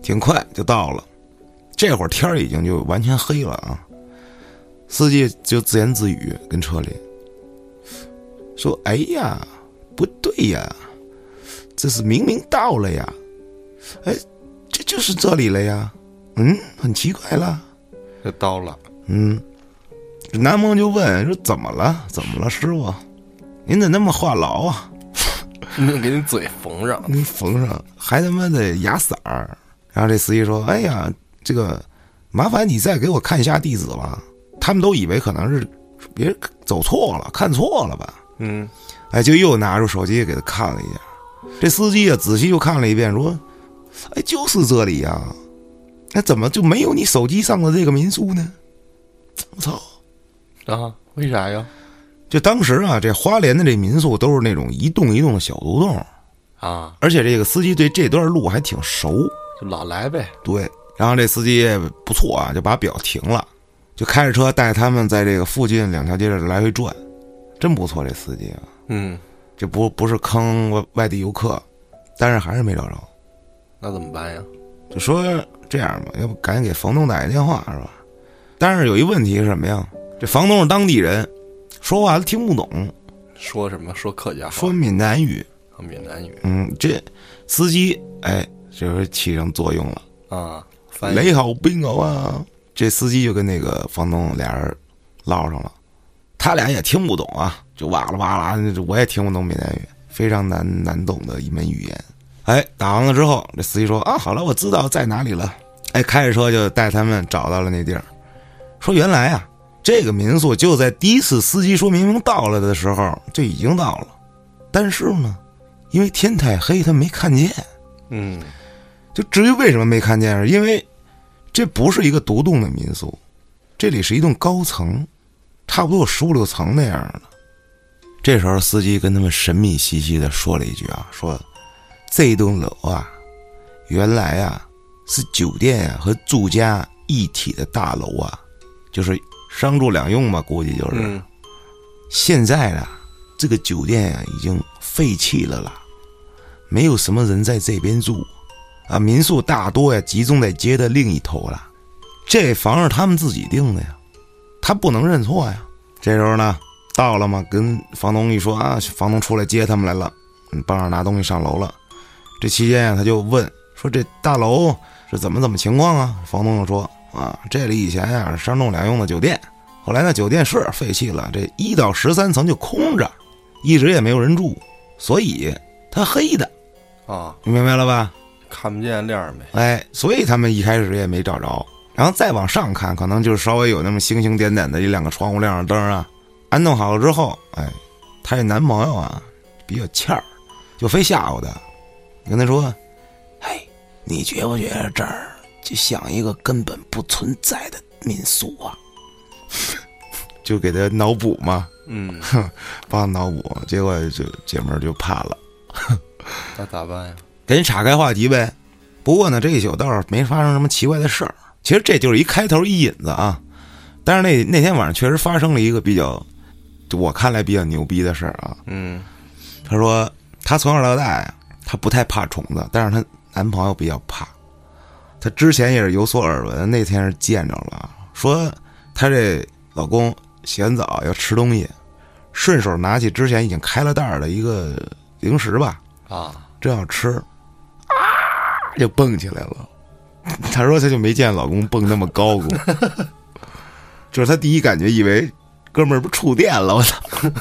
S1: 挺快就到了。这会儿天已经就完全黑了啊。司机就自言自语跟车里说：“哎呀，不对呀，这是明明到了呀，哎，这就是这里了呀，很奇怪了。”
S2: 就到了。
S1: 南蒙就问说：“怎么了？怎么了，师傅？您怎么那么话痨啊？
S2: 你给你嘴缝上，
S1: 你缝上还他妈的哑嗓儿。”然后这司机说：“哎呀，这个麻烦你再给我看一下地址吧。”他们都以为可能是别人走错了，看错了吧？就又拿出手机给他看了一下。这司机啊，仔细又看了一遍，说：“哎，就是这里呀，那怎么就没有你手机上的这个民宿呢？我操！
S2: 啊，为啥呀？
S1: 就当时啊，这花莲的这民宿都是那种一栋一栋的小独栋
S2: 啊，
S1: 而且这个司机对这段路还挺熟，
S2: 就老来呗。
S1: 对，然后这司机不错啊，就把表停了，就开着车带他们在这个附近2条街上来回转，真不错这司机啊。这不是坑外地游客，但是还是没找着。
S2: 那怎么办呀？
S1: 就说这样吧，要不赶紧给房东打一电话是吧？但是有一问题是什么呀？这房东是当地人，说话他听不懂。
S2: 说什么？说客家话？
S1: 说闽南语。
S2: 闽南语。
S1: 这司机就是起上作用了
S2: 啊。
S1: 你好冰哦啊！这司机就跟那个房东俩人唠上了，他俩也听不懂啊，就哇啦哇啦，我也听不懂闽南语，非常难懂的一门语言。打完了之后，这司机说啊，好了，我知道在哪里了。开着车就带他们找到了那地儿，说原来啊，这个民宿就在第一次司机说明到了的时候就已经到了，但是呢，因为天太黑，他没看见。就至于为什么没看见，是因为这不是一个独栋的民宿，这里是一栋高层，差不多有15、16层那样的。这时候司机跟他们神秘兮兮的说了一句啊，说这栋楼啊，原来啊是酒店啊和住家一体的大楼啊，就是商住两用嘛，估计就是。现在啊，这个酒店啊已经废弃了啦，没有什么人在这边住啊，民宿大多呀集中在街的另一头了。这房是他们自己订的呀，他不能认错呀。这时候呢，到了嘛，跟房东一说啊，房东出来接他们来了，帮着拿东西上楼了。这期间啊，他就问说这大楼是怎么情况啊？房东就说啊，这里以前呀是商住两用的酒店，后来呢酒店是废弃了，这1到13层就空着，一直也没有人住，所以它黑的
S2: 啊，
S1: 你明白了吧？
S2: 看不见亮呗。
S1: 所以他们一开始也没找着，然后再往上看，可能就是稍微有那么星星点点的1、2个窗户亮着灯啊。安顿好了之后，她这男朋友啊比较欠儿，就非吓唬他，跟他说：“你觉不觉得这儿就像一个根本不存在的民宿啊？”就给他脑补嘛，帮他脑补，结果就姐们儿就怕了。
S2: 那咋办呀？
S1: 给你岔开话题呗。不过呢，这一宿倒是没发生什么奇怪的事儿。其实这就是一开头一引子啊。但是那天晚上确实发生了一个比较，我看来比较牛逼的事儿啊。他说他从小到大呀，他不太怕虫子，但是他男朋友比较怕。他之前也是有所耳闻，那天是见着了，说他这老公洗完澡要吃东西，顺手拿起之前已经开了袋的一个零食吧，正要吃，就蹦起来了。他说他就没见老公蹦那么高过，就是他第一感觉以为哥们儿不触电了，我操！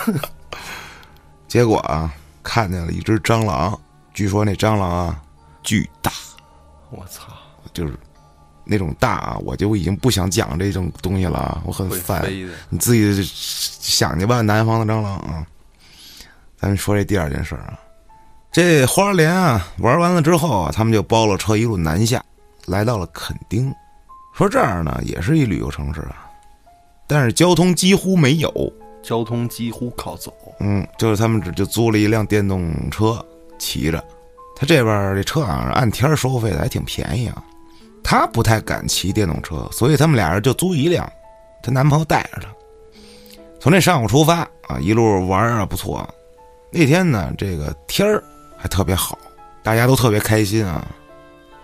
S1: 结果啊，看见了一只蟑螂，据说那蟑螂啊巨大，
S2: 我操！
S1: 就是那种大啊，我就已经不想讲这种东西了啊，我很烦。你自己想去吧，南方的蟑螂啊。咱们说这第二件事啊，这花莲啊玩完了之后啊，他们就包了车一路南下，来到了垦丁。说这儿呢也是一旅游城市啊，但是交通几乎没有，
S2: 交通几乎靠走。
S1: 就是他们就租了一辆电动车骑着，他这边这车啊按天收费的，还挺便宜啊。他不太敢骑电动车，所以他们俩人就租一辆，她男朋友带着她。从这上午出发啊，一路玩啊不错。那天呢，这个天儿还特别好，大家都特别开心啊。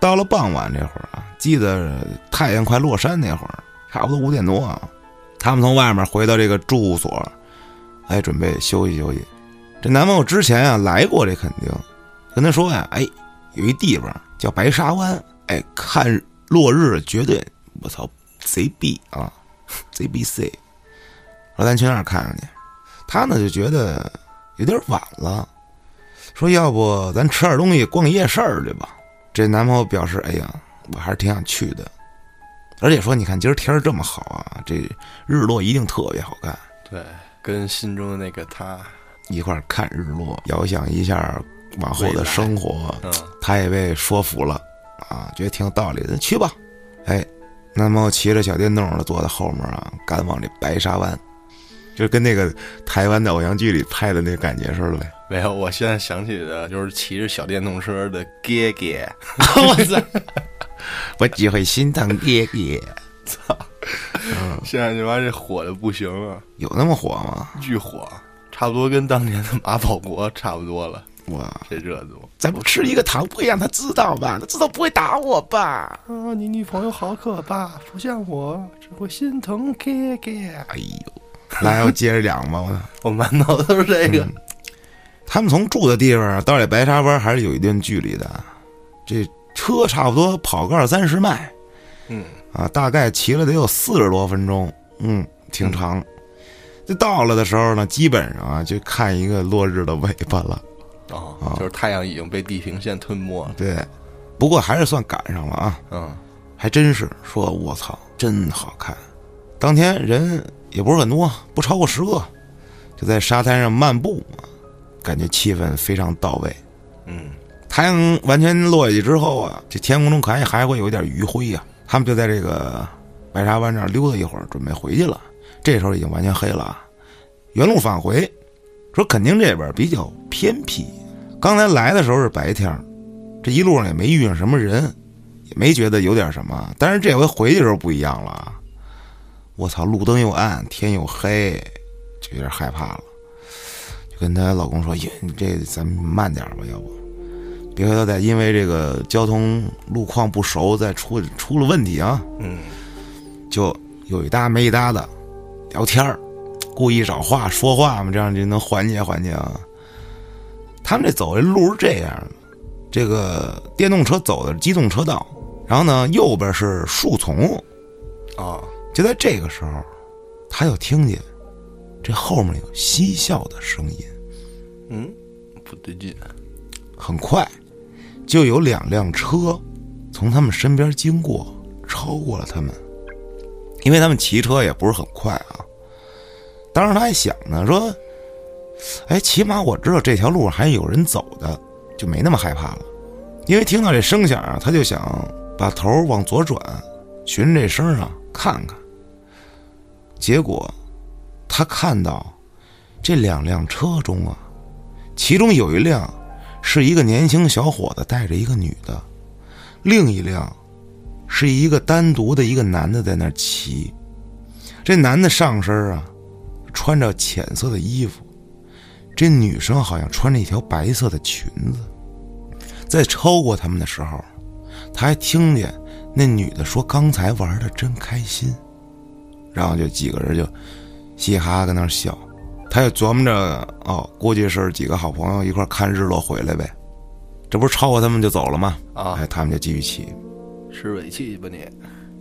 S1: 到了傍晚这会儿啊，记得太阳快落山那会儿，差不多5点多啊，他们从外面回到这个住所，哎，准备休息休息。这男朋友之前啊来过这垦丁，跟他说呀，哎，有一地方叫白沙湾，哎，看落日绝对，我操，贼逼啊，贼逼 C。说咱去那儿看看去。他呢就觉得有点晚了，说要不咱吃点东西逛夜市去吧。这男朋友表示，哎呀，我还是挺想去的，而且说你看今儿天这么好啊，这日落一定特别好看。
S2: 对，跟心中的那个他
S1: 一块看日落，遥想一下往后的生活，他也被说服了啊，觉得挺有道理的，去吧。哎，男朋友骑着小电动的坐在后面啊，赶往这白沙湾，就跟那个台湾的偶像剧里拍的那感觉似的呗。
S2: 没有，我现在想起的就是骑着小电动车的哥哥。
S1: 我操！我只会心疼哥哥。
S2: 操！现在这玩意儿火的不行了。
S1: 有那么火吗？
S2: 巨火，差不多跟当年的马保国差不多了。
S1: 哇，
S2: 这热度！
S1: 咱不吃一个糖，不会让他知道吧？他知道不会打我吧？
S2: 啊，你女朋友好可怕，不像我，只会心疼哥哥。
S1: 哎呦，来，我接着讲吧。
S2: 我满脑子都是这个。
S1: 他们从住的地方到这白沙湾还是有一段距离的，这车差不多跑个20-30迈，大概骑了得有40多分钟，挺长。这到了的时候呢，基本上啊就看一个落日的尾巴了。
S2: 就是太阳已经被地平线吞没了。
S1: 对，不过还是算赶上了啊。还真是说，我操，真好看。当天人也不是很多，不超过10个，就在沙滩上漫步嘛。感觉气氛非常到位。太阳完全落下去之后啊，这天空中还会有一点余晖啊。他们就在这个白沙湾这儿溜达一会儿，准备回去了。这时候已经完全黑了啊。原路返回，说垦丁这边比较偏僻，刚才来的时候是白天，这一路上也没遇上什么人，也没觉得有点什么。但是这回回去的时候不一样了啊！我操，路灯又暗，天又黑，就有点害怕了。跟她老公说，你这咱们慢点吧，要不别回头再因为这个交通路况不熟再出了问题啊。就有一搭没一搭的聊天，故意找话说话嘛，这样就能缓解缓解啊。他们这走的路是这样的，这个电动车走的是机动车道，然后呢右边是树丛啊。就在这个时候，他又听见这后面有嬉笑的声音。
S2: 不对劲。
S1: 很快就有2辆车从他们身边经过，超过了他们。因为他们骑车也不是很快啊。当时他还想呢，说哎，起码我知道这条路上还有人走的，就没那么害怕了。因为听到这声响啊，他就想把头往左转，循着这声啊看看。结果他看到这2辆车中啊，其中有一辆是一个年轻小伙子带着一个女的，另一辆是一个单独的一个男的在那儿骑。这男的上身啊穿着浅色的衣服，这女生好像穿着一条白色的裙子。在超过他们的时候，他还听见那女的说刚才玩得真开心，然后就几个人就嘻哈跟那儿笑。他就琢磨着，估计是几个好朋友一块看日落回来呗。这不是超过他们就走了吗？他们就继续骑。
S2: 吃尾气吧你！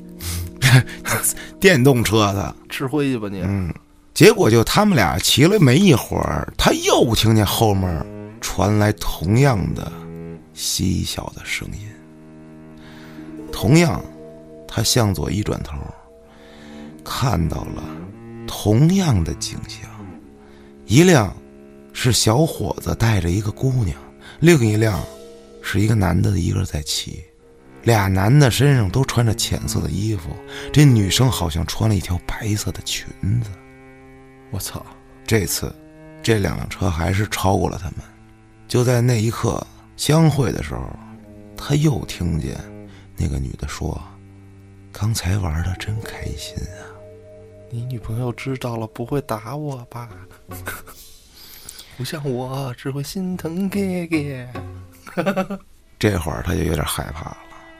S1: 电动车的
S2: 吃灰吧你！
S1: 结果就他们俩骑了没一会儿，他又听见后面传来同样的嬉笑的声音。同样，他向左一转头，看到了同样的景象。一辆是小伙子带着一个姑娘，另一辆是一个男的一个在骑。俩男的身上都穿着浅色的衣服，这女生好像穿了一条白色的裙子。
S2: 我操！
S1: 这次这2辆车还是超过了他们。就在那一刻相会的时候，他又听见那个女的说，刚才玩得真开心啊。
S2: 你女朋友知道了不会打我吧？不像我，只会心疼哥哥。
S1: 这会儿他就有点害怕了。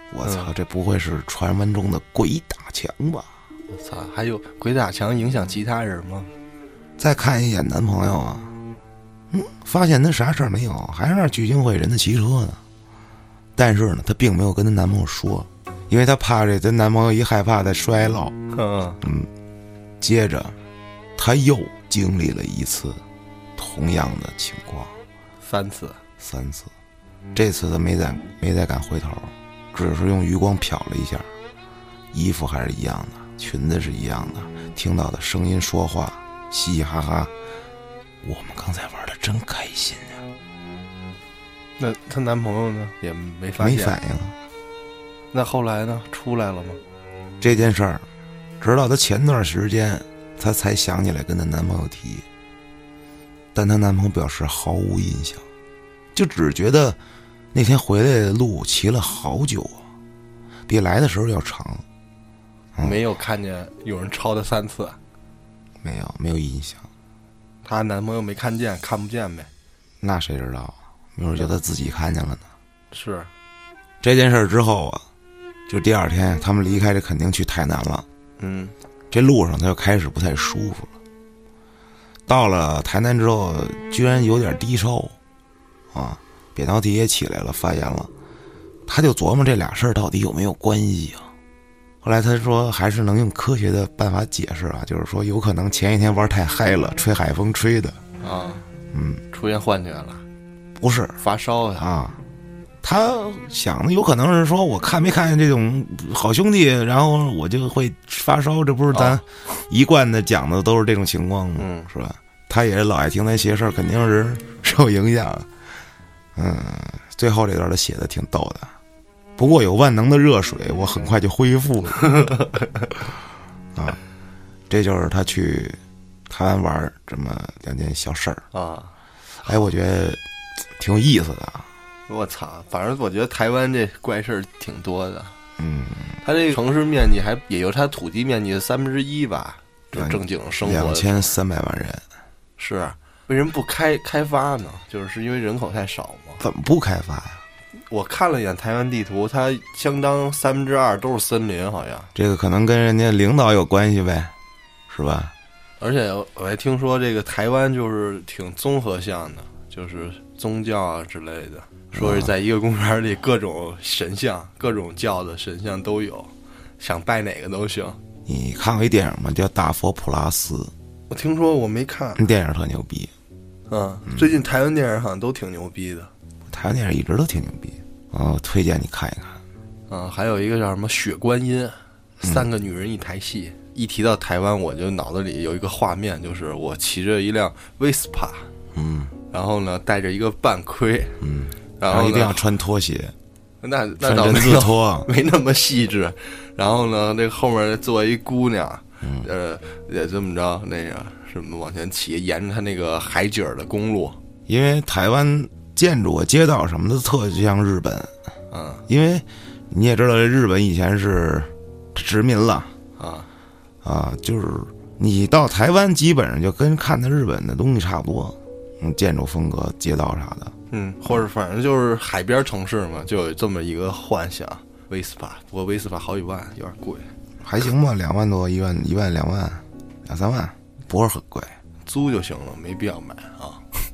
S1: 我操，这不会是传闻中的鬼打墙吧？
S2: 我操，还有鬼打墙影响其他人吗？
S1: 再看一眼男朋友啊，发现他啥事儿没有，还是那聚精会神的骑车呢。但是呢，她并没有跟她男朋友说，因为她怕这她男朋友一害怕再摔落。接着，她又经历了一次同样的情况
S2: ，3次，
S1: 这次她没再敢回头，只是用余光瞟了一下，衣服还是一样的，裙子是一样的，听到的声音说话，嘻嘻哈哈，我们刚才玩的真开心啊。
S2: 那她男朋友呢？也没发现，
S1: 没反应。
S2: 那后来呢？出来了吗？
S1: 这件事儿，直到她前段时间，她才想起来跟她男朋友提，但她男朋友表示毫无印象，就只觉得那天回来的路骑了好久啊，比来的时候要长。
S2: 没有看见有人超她3次，
S1: 没有印象。
S2: 她男朋友没看见，看不见呗？
S1: 那谁知道啊？没准就她自己看见了呢。
S2: 是
S1: 这件事之后啊，就第2天他们离开这垦丁去台南了。这路上他就开始不太舒服了。到了台南之后，居然有点低烧啊，扁桃体也起来了，发炎了。他就琢磨这俩事儿到底有没有关系啊？后来他说还是能用科学的办法解释啊，就是说有可能前一天玩太嗨了，吹海风吹的
S2: 啊，出现幻觉了。
S1: 不是
S2: 发烧呀
S1: 啊，他想的有可能是说我看没看见这种好兄弟，然后我就会发烧，这不是咱一贯的讲的都是这种情况吗？是吧？他也是老爱听咱邪事儿，肯定是受影响。最后这段他写的挺逗的，不过有万能的热水，我很快就恢复了。啊，这就是他去台湾玩这么2件小事儿
S2: 啊。
S1: 哎，我觉得挺有意思的啊。
S2: 我操，反正我觉得台湾这怪事儿挺多的。它这个城市面积也就它土地面积的1/3吧，就正经生活
S1: 2300万人。
S2: 是为什么不开发呢？就是因为人口太少嘛。
S1: 怎么不开发呀？
S2: 我看了一眼台湾地图，它相当2/3都是森林，好像。
S1: 这个可能跟人家领导有关系呗，是吧？
S2: 而且我还听说这个台湾就是挺综合向的，就是宗教啊之类的，说是在一个公园里各种神像、各种教的神像都有，想拜哪个都行。
S1: 你看过一电影吗？叫《大佛普拉斯》。
S2: 我听说，我没看。
S1: 电影特牛逼。
S2: 最近台湾电影好像都挺牛逼的。
S1: 台湾电影一直都挺牛逼啊，推荐你看一看。
S2: 还有一个叫什么《血观音》，3个女人1台戏。一提到台湾，我就脑子里有一个画面，就是我骑着一辆 Vespa，然后呢带着一个半盔，然后
S1: 一定要穿拖鞋，
S2: 那倒没
S1: 有拖，
S2: 没那么细致。然后呢，那个后面坐一姑娘，也这么着，那个什么往前骑，沿着他那个海景的公路。
S1: 因为台湾建筑、街道什么的特像日本，因为你也知道，日本以前是殖民了就是你到台湾基本上就跟看的日本的东西差不多，建筑风格、街道啥的，
S2: 或者反正就是海边城市嘛，就有这么一个幻想。威斯帕，不过威斯帕好几万，有点贵，
S1: 还行吧，2万多，1万、2万、2、3万，不是很贵，
S2: 租就行了，没必要买啊。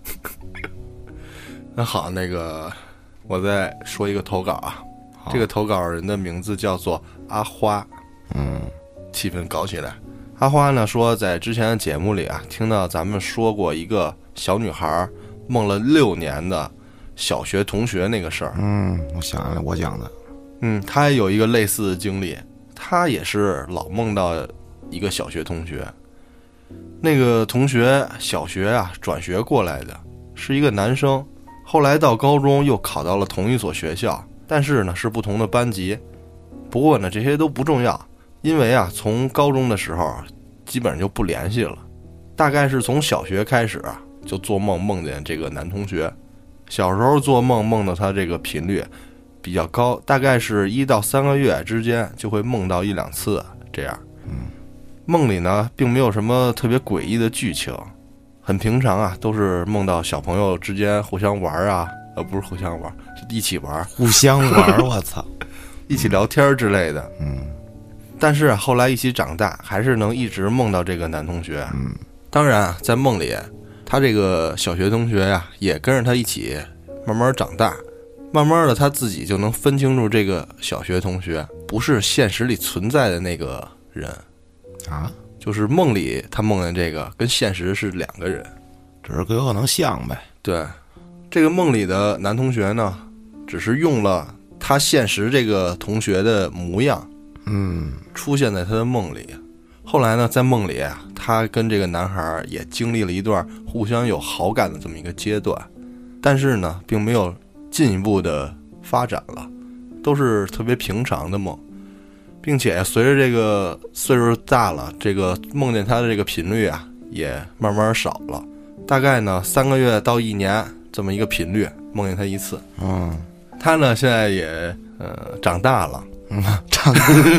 S2: 那好，那个我再说一个投稿啊，这个投稿人的名字叫做阿花，气氛搞起来。阿花呢说，在之前的节目里啊，听到咱们说过一个小女孩梦了6年的小学同学那个事儿。
S1: 我想起来我讲的。
S2: 她也有一个类似的经历，她也是老梦到一个小学同学。那个同学小学啊转学过来的，是一个男生，后来到高中又考到了同一所学校，但是呢是不同的班级。不过呢这些都不重要，因为啊从高中的时候基本上就不联系了。大概是从小学开始啊就做梦梦见这个男同学，小时候做梦梦到他这个频率比较高，大概是1到3个月之间就会梦到1-2次这样。梦里呢并没有什么特别诡异的剧情，很平常啊，都是梦到小朋友之间互相玩啊，不是互相玩，是一起玩，
S1: 互相玩，我操！
S2: 一起聊天之类的。但是后来一起长大，还是能一直梦到这个男同学。当然啊，在梦里，他这个小学同学呀，也跟着他一起慢慢长大。慢慢的，他自己就能分清楚这个小学同学不是现实里存在的那个人
S1: 啊，
S2: 就是梦里他梦见这个跟现实是两个人，
S1: 只是有可能像呗。
S2: 对，这个梦里的男同学呢，只是用了他现实这个同学的模样，出现在他的梦里。后来呢，在梦里啊，他跟这个男孩也经历了一段互相有好感的这么一个阶段，但是呢，并没有进一步的发展了，都是特别平常的梦，并且随着这个岁数大了，这个梦见他的这个频率啊，也慢慢少了。大概呢3个月到1年这么一个频率，梦见他一次。他呢现在也长大了，
S1: 长大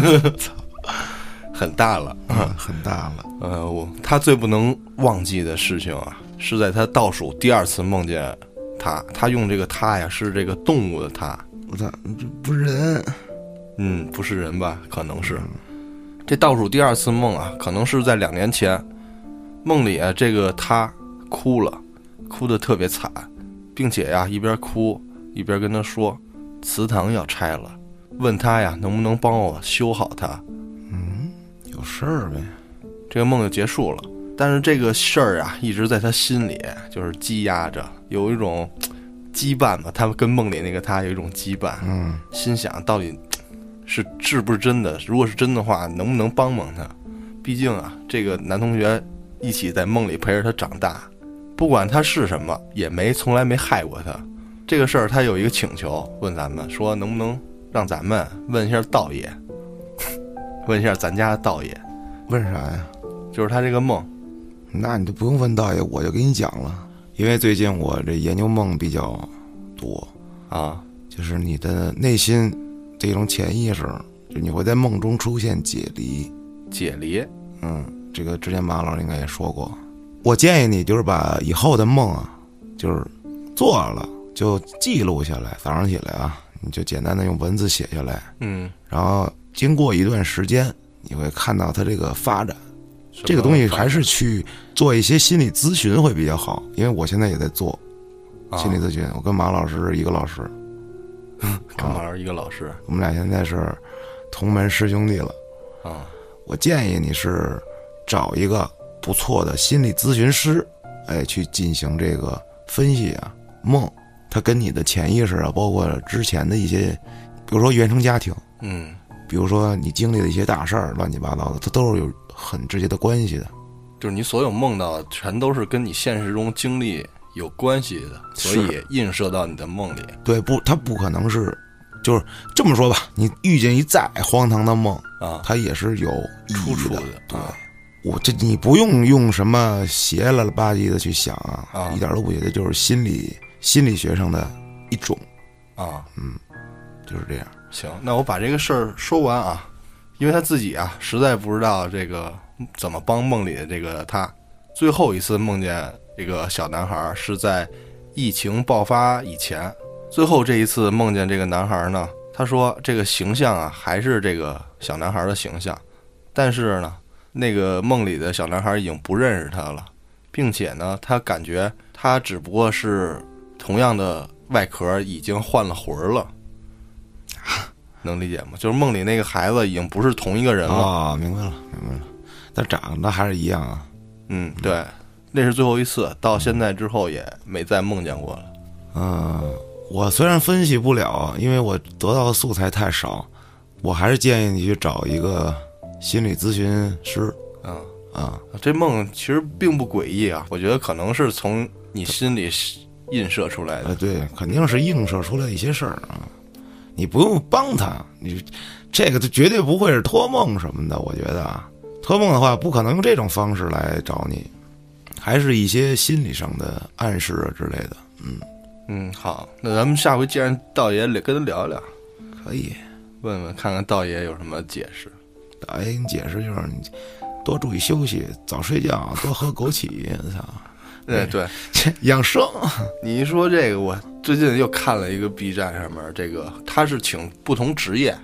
S2: 很大了，
S1: 很大了。
S2: 他最不能忘记的事情啊，是在他倒数第2次梦见他用这个他呀，是这个动物的他。
S1: 我操，这不是人。
S2: 不是人吧？可能是。这倒数第2次梦啊，可能是在2年前。梦里啊，这个他哭了，哭得特别惨，并且呀，一边哭一边跟他说，祠堂要拆了，问他呀能不能帮我修好它。
S1: 有事儿呗。
S2: 这个梦就结束了。但是这个事儿啊，一直在他心里就是积压着，有一种羁绊嘛。他跟梦里那个他有一种羁绊。心想到底是不是真的？如果是真的话，能不能帮帮他？毕竟啊，这个男同学一起在梦里陪着他长大，不管他是什么，也从来没害过他。这个事儿他有一个请求，问咱们说能不能让咱们问一下道爷，问一下咱家的道爷。
S1: 问啥呀？
S2: 就是他这个梦。
S1: 那你就不用问道爷，我就给你讲了。因为最近我这研究梦比较多
S2: 啊，
S1: 就是你的内心这种潜意识，就你会在梦中出现解离。这个之前马老师应该也说过。我建议你就是把以后的梦啊，就是做了就记录下来，早上起来啊，你就简单的用文字写下来。然后经过一段时间，你会看到它这个发展。这个东西还是去做一些心理咨询会比较好，因为我现在也在做心理咨询。我跟马老师一个老师，
S2: 跟马老师一个老师，
S1: 我们俩现在是同门师兄弟了。我建议你是找一个不错的心理咨询师，去进行这个分析啊，梦它跟你的潜意识啊，包括之前的一些，比如说原生家庭，比如说你经历的一些大事儿，乱七八糟的，它都是有很直接的关系的。
S2: 就是你所有梦到的全都是跟你现实中经历有关系的，所以映射到你的梦里。对，
S1: 它不可能是，就是这么说吧，你遇见一再荒唐的梦
S2: 啊，
S1: 它也是有意义的。
S2: 对，
S1: 你不用什么邪了吧唧的去想啊，一点都不邪，就是心理学上的一种
S2: 啊，
S1: 就是这样。
S2: 行，那我把这个事儿说完啊，因为他自己啊实在不知道这个怎么帮梦里的这个他。最后一次梦见这个小男孩是在疫情爆发以前，最后这一次梦见这个男孩呢，他说这个形象啊还是这个小男孩的形象，但是呢那个梦里的小男孩已经不认识他了，并且呢他感觉他只不过是同样的外壳已经换了魂了。能理解吗？就是梦里那个孩子已经不是同一个人了。
S1: 明白了，但长得还是一样啊。
S2: 对，那是最后一次，到现在之后也没再梦见过了。
S1: 我虽然分析不了，因为我得到的素材太少，我还是建议你去找一个心理咨询师。这梦其实并不诡异啊，我觉得可能是从你心里映射出来的。对，肯定是映射出来的一些事儿啊。你不用帮他，你这个就绝对不会是托梦什么的。我觉得啊，托梦的话不可能用这种方式来找你，还是一些心理上的暗示啊之类的。好，那咱们下回既然道爷跟他聊聊，可以问问看看道爷有什么解释。道爷给你解释就是你多注意休息，早睡觉，多喝枸杞。操！对，养生。你一说这个，我最近又看了一个 B 站上面，这个他是请不同职业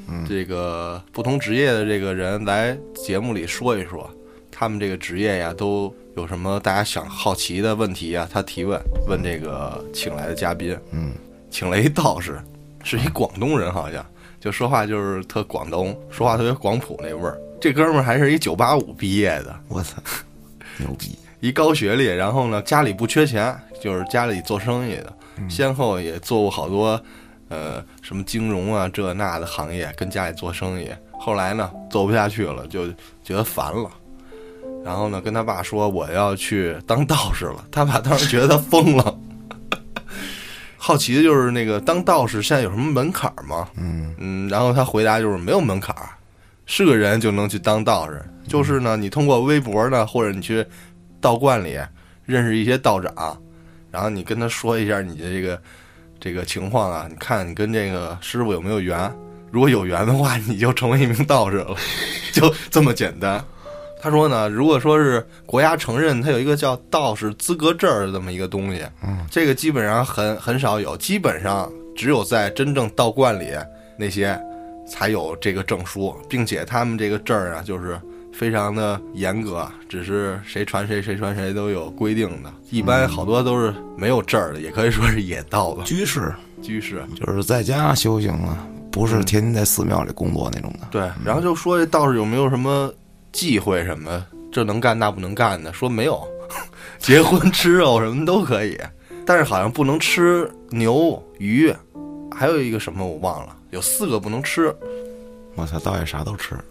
S2: 这个不同职业的这个人来节目里说一说，他们这个职业呀都有什么大家好奇的问题啊？他提问这个请来的嘉宾，请了一道士，是一广东人，好像就说话就是特广东，说话特别广普那味儿。这哥们儿还是一985毕业的，
S1: 我操，牛逼！
S2: 一高学历，然后呢家里不缺钱，就是家里做生意的，先后也做过好多什么金融啊这那的行业，跟家里做生意。后来呢做不下去了，就觉得烦了，然后呢跟他爸说我要去当道士了。他爸当时觉得他疯了。好奇的就是那个当道士现在有什么门槛吗？然后他回答就是没有门槛，是个人就能去当道士。就是呢你通过微博呢，或者你去道观里认识一些道长，然后你跟他说一下你的这个情况啊，你看你跟这个师傅有没有缘，如果有缘的话你就成为一名道士了，就这么简单。他说呢，如果说是国家承认他有一个叫道士资格证的这么一个东西，这个基本上很少有，基本上只有在真正道观里那些才有这个证书，并且他们这个证啊就是非常的严格，只是谁传谁传谁都有规定的，一般好多都是没有证的，也可以说是野道吧，
S1: 居士
S2: 就是
S1: 在家修行啊，不是天天在寺庙里工作那种的。
S2: 对，然后就说这道士有没有什么忌讳什么，这能干那不能干的，说没有，结婚吃肉什么都可以，但是好像不能吃牛鱼，还有一个什么我忘了，有4个不能吃。
S1: 我操，道爷啥都吃。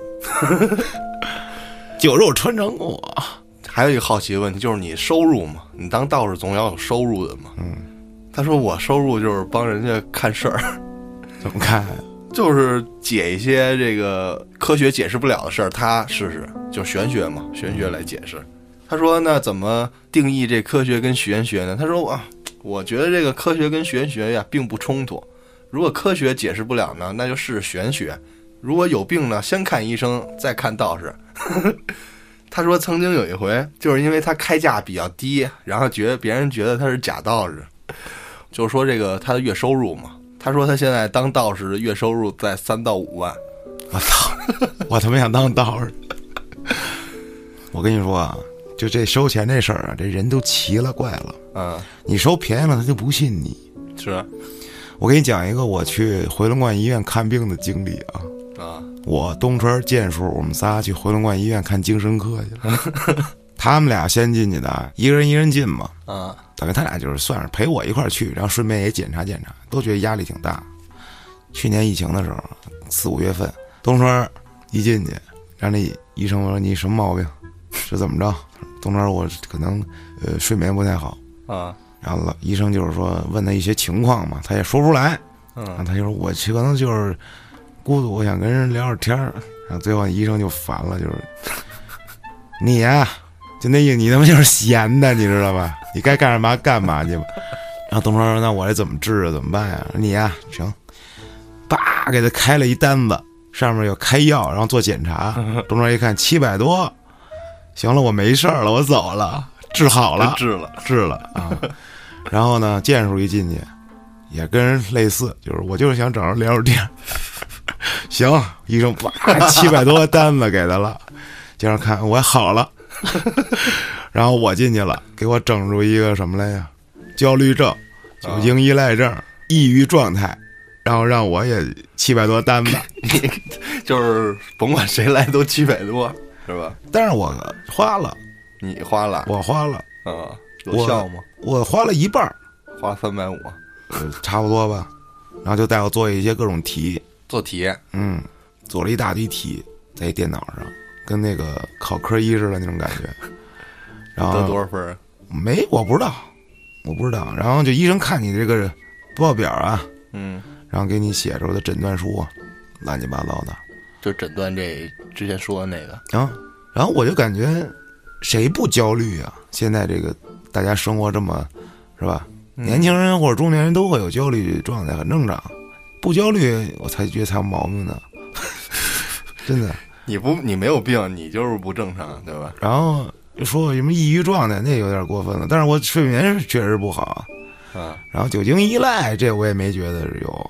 S1: 酒肉穿肠过。
S2: 还有一个好奇的问题就是你收入嘛，你当道士总要有收入的嘛。他说我收入就是帮人家看事儿。
S1: 怎么看？
S2: 就是解一些这个科学解释不了的事儿，他试试，就玄学嘛，玄学来解释。他说那怎么定义这科学跟玄学呢？他说我觉得这个科学跟玄学呀并不冲突，如果科学解释不了呢，那就试试玄学，如果有病呢先看医生再看道士。他说曾经有一回就是因为他开价比较低，然后别人觉得他是假道士，就是说这个他的月收入嘛，他说他现在当道士月收入在3到5万。
S1: 我操，我他妈想当道士。我跟你说啊，就这收钱这事儿啊，这人都奇了怪了。你收便宜了他就不信你。
S2: 是，
S1: 我给你讲一个我去回龙观医院看病的经历啊。我东川建叔我们仨去回龙观医院看精神科去了。他们俩先进去的，一个人进嘛。等于他俩就是算是陪我一块儿去，然后顺便也检查检查，都觉得压力挺大。去年疫情的时候，4、5月份，东川一进去，让那医生说你什么毛病，是怎么着？东川我可能睡眠不太好啊。然后医生就是说问他一些情况嘛，他也说不出来。然后他就说我可能就是孤独，我想跟人聊聊天。然后最后医生就烦了，就是你呀，就那意思，你他妈就是闲的，你知道吧？你该干嘛干嘛去吧。然后东川说那我这怎么治啊？怎么办呀？你呀行，叭给他开了一单子，上面有开药，然后做检查。东川一看700多，行了，我没事了，我走了，治好了，治了啊。然后呢，剑叔一进去也跟人类似，就是我就是想找人聊聊天。行，医生叭700多单子给他了，接着看我好了。然后我进去了，给我整出一个什么来呀？焦虑症、酒精依赖症、抑郁状态，然后让我也700多单子。
S2: 就是甭管谁来都700多，是吧？
S1: 但是我花了，
S2: 你花了，
S1: 我花了，
S2: 有效吗？
S1: 我花了一半，
S2: 花了350，
S1: 差不多吧。然后就带我做一些各种题，
S2: 做题，
S1: 做了一大堆题，在一电脑上，跟那个考科一似的那种感觉。然后
S2: 得多少分？
S1: 我不知道。然后就医生看你这个报表啊，然后给你写出的诊断书啊，乱七八糟的，
S2: 就诊断这之前说的那个
S1: 啊。然后我就感觉谁不焦虑啊？现在这个大家生活这么是吧？年轻人或者中年人都会有焦虑状态，很正常。不焦虑，我才觉得才有毛病呢。真的，
S2: 你没有病，你就是不正常，对吧？
S1: 然后就说什么抑郁状态，那有点过分了。但是我睡眠确实不好啊。然后酒精依赖，这我也没觉得是有啊。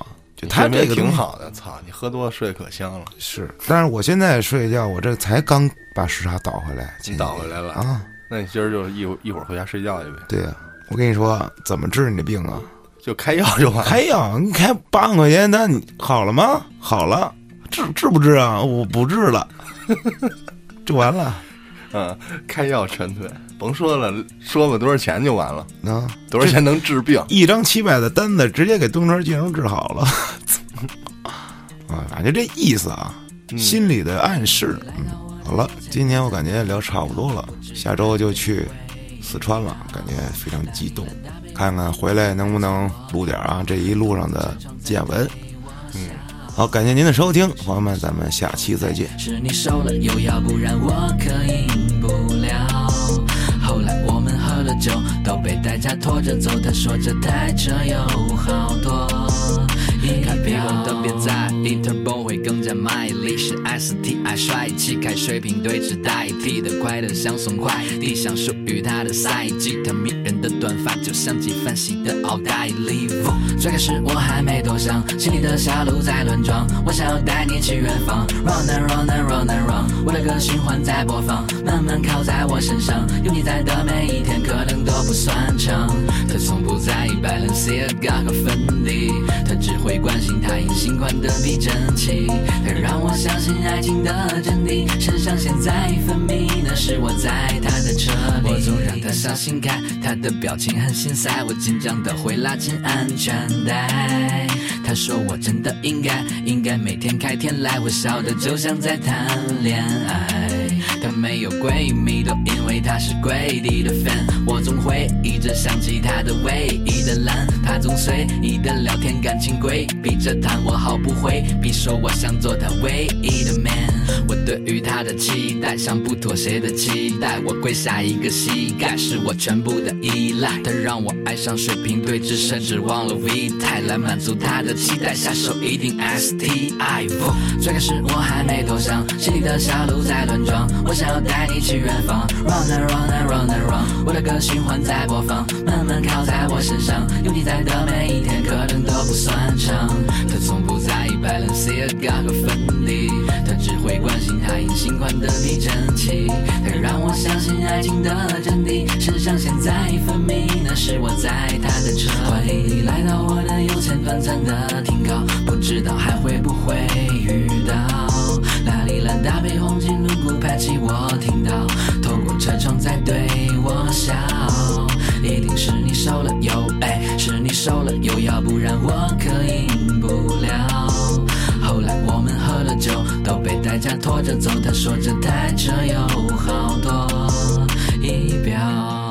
S1: 就他这个
S2: 挺好的，操，你喝多了睡可香了。
S1: 是，但是我现在睡觉，我这才刚把时差倒回来，
S2: 你倒回来了
S1: 啊？
S2: 那你今儿就一会儿回家睡觉去呗。
S1: 对呀，我跟你说，怎么治你的病啊？
S2: 就开药就完了。
S1: 开药，你开8万块钱单，你好了吗？好了，治不治啊？我不治了，就完了。
S2: 开药全退，甭说了，说吧多少钱就完了
S1: 啊？
S2: 多少钱能治病？
S1: 一张700的单子，直接给东川金融治好了。啊，反正这意思啊，心里的暗示。好了，今天我感觉聊差不多了，下周就去四川了，感觉非常激动，看看回来能不能录点啊这一路上的见闻。好，感谢您的收听，朋友们，咱们下期再见。
S3: 是你收了又要不然我可赢不了。后来我们喝了酒，都被代驾拖着走，他说这台车有好多开屁股都别在意 Turbo 会更加卖力，是 STI 帅气，开水平对峙代替的快乐像送快递，像属于他的赛季，他迷人的短发就像纪梵希的奥黛丽。最开始我还没多想，心里的小鹿在乱撞，我想要带你去远方 Run and run and run and run， 我的歌循环在播放，慢慢靠在我身上，有你在的每一天可能都不算长。他从不在意 Balenciaga 和芬迪，他只会关心他隐形款的避震器，他让我相信爱情的真谛，肾上腺在分泌，那是我在他的车里，我总让他伤心开，他的表情很心塞，我紧张的会拉紧安全带，他说我真的应该每天开天来，我笑得就像在谈恋爱，她没有闺蜜都因为她是跪地的 fan， 我总回忆着想起她的唯一的蓝，她总随意的聊天，感情规避着谈，我毫不回避，说我想做她唯一的 man， 我对于她的期待像不妥协的期待，我跪下一个膝盖是我全部的依赖，她让我爱上水平对峙，甚至忘了 V 态来满足她的期待，下手一定 STI。 最开始我还没多想，心里的小鹿在乱撞，我想要带你去远方 Run and run and run and run， 我的歌循环在播放，慢慢靠在我身上，有你在的每一天可能都不算长。他从不在意 Balenciaga 和芬迪，他只会关心他隐形款的避震器，他让我相信爱情的真谛，肾上腺在分泌，那是我在他的车里，来到我的右前短暂的停靠，不知道还会不会遇到拉里兰搭配红金轮毂排气，我听到透过车窗在对我笑，一定是你收了油，是你收了油，要不然我可赢不了。后来我们喝了酒，都被代驾拖着走，他说这台车有好多仪表。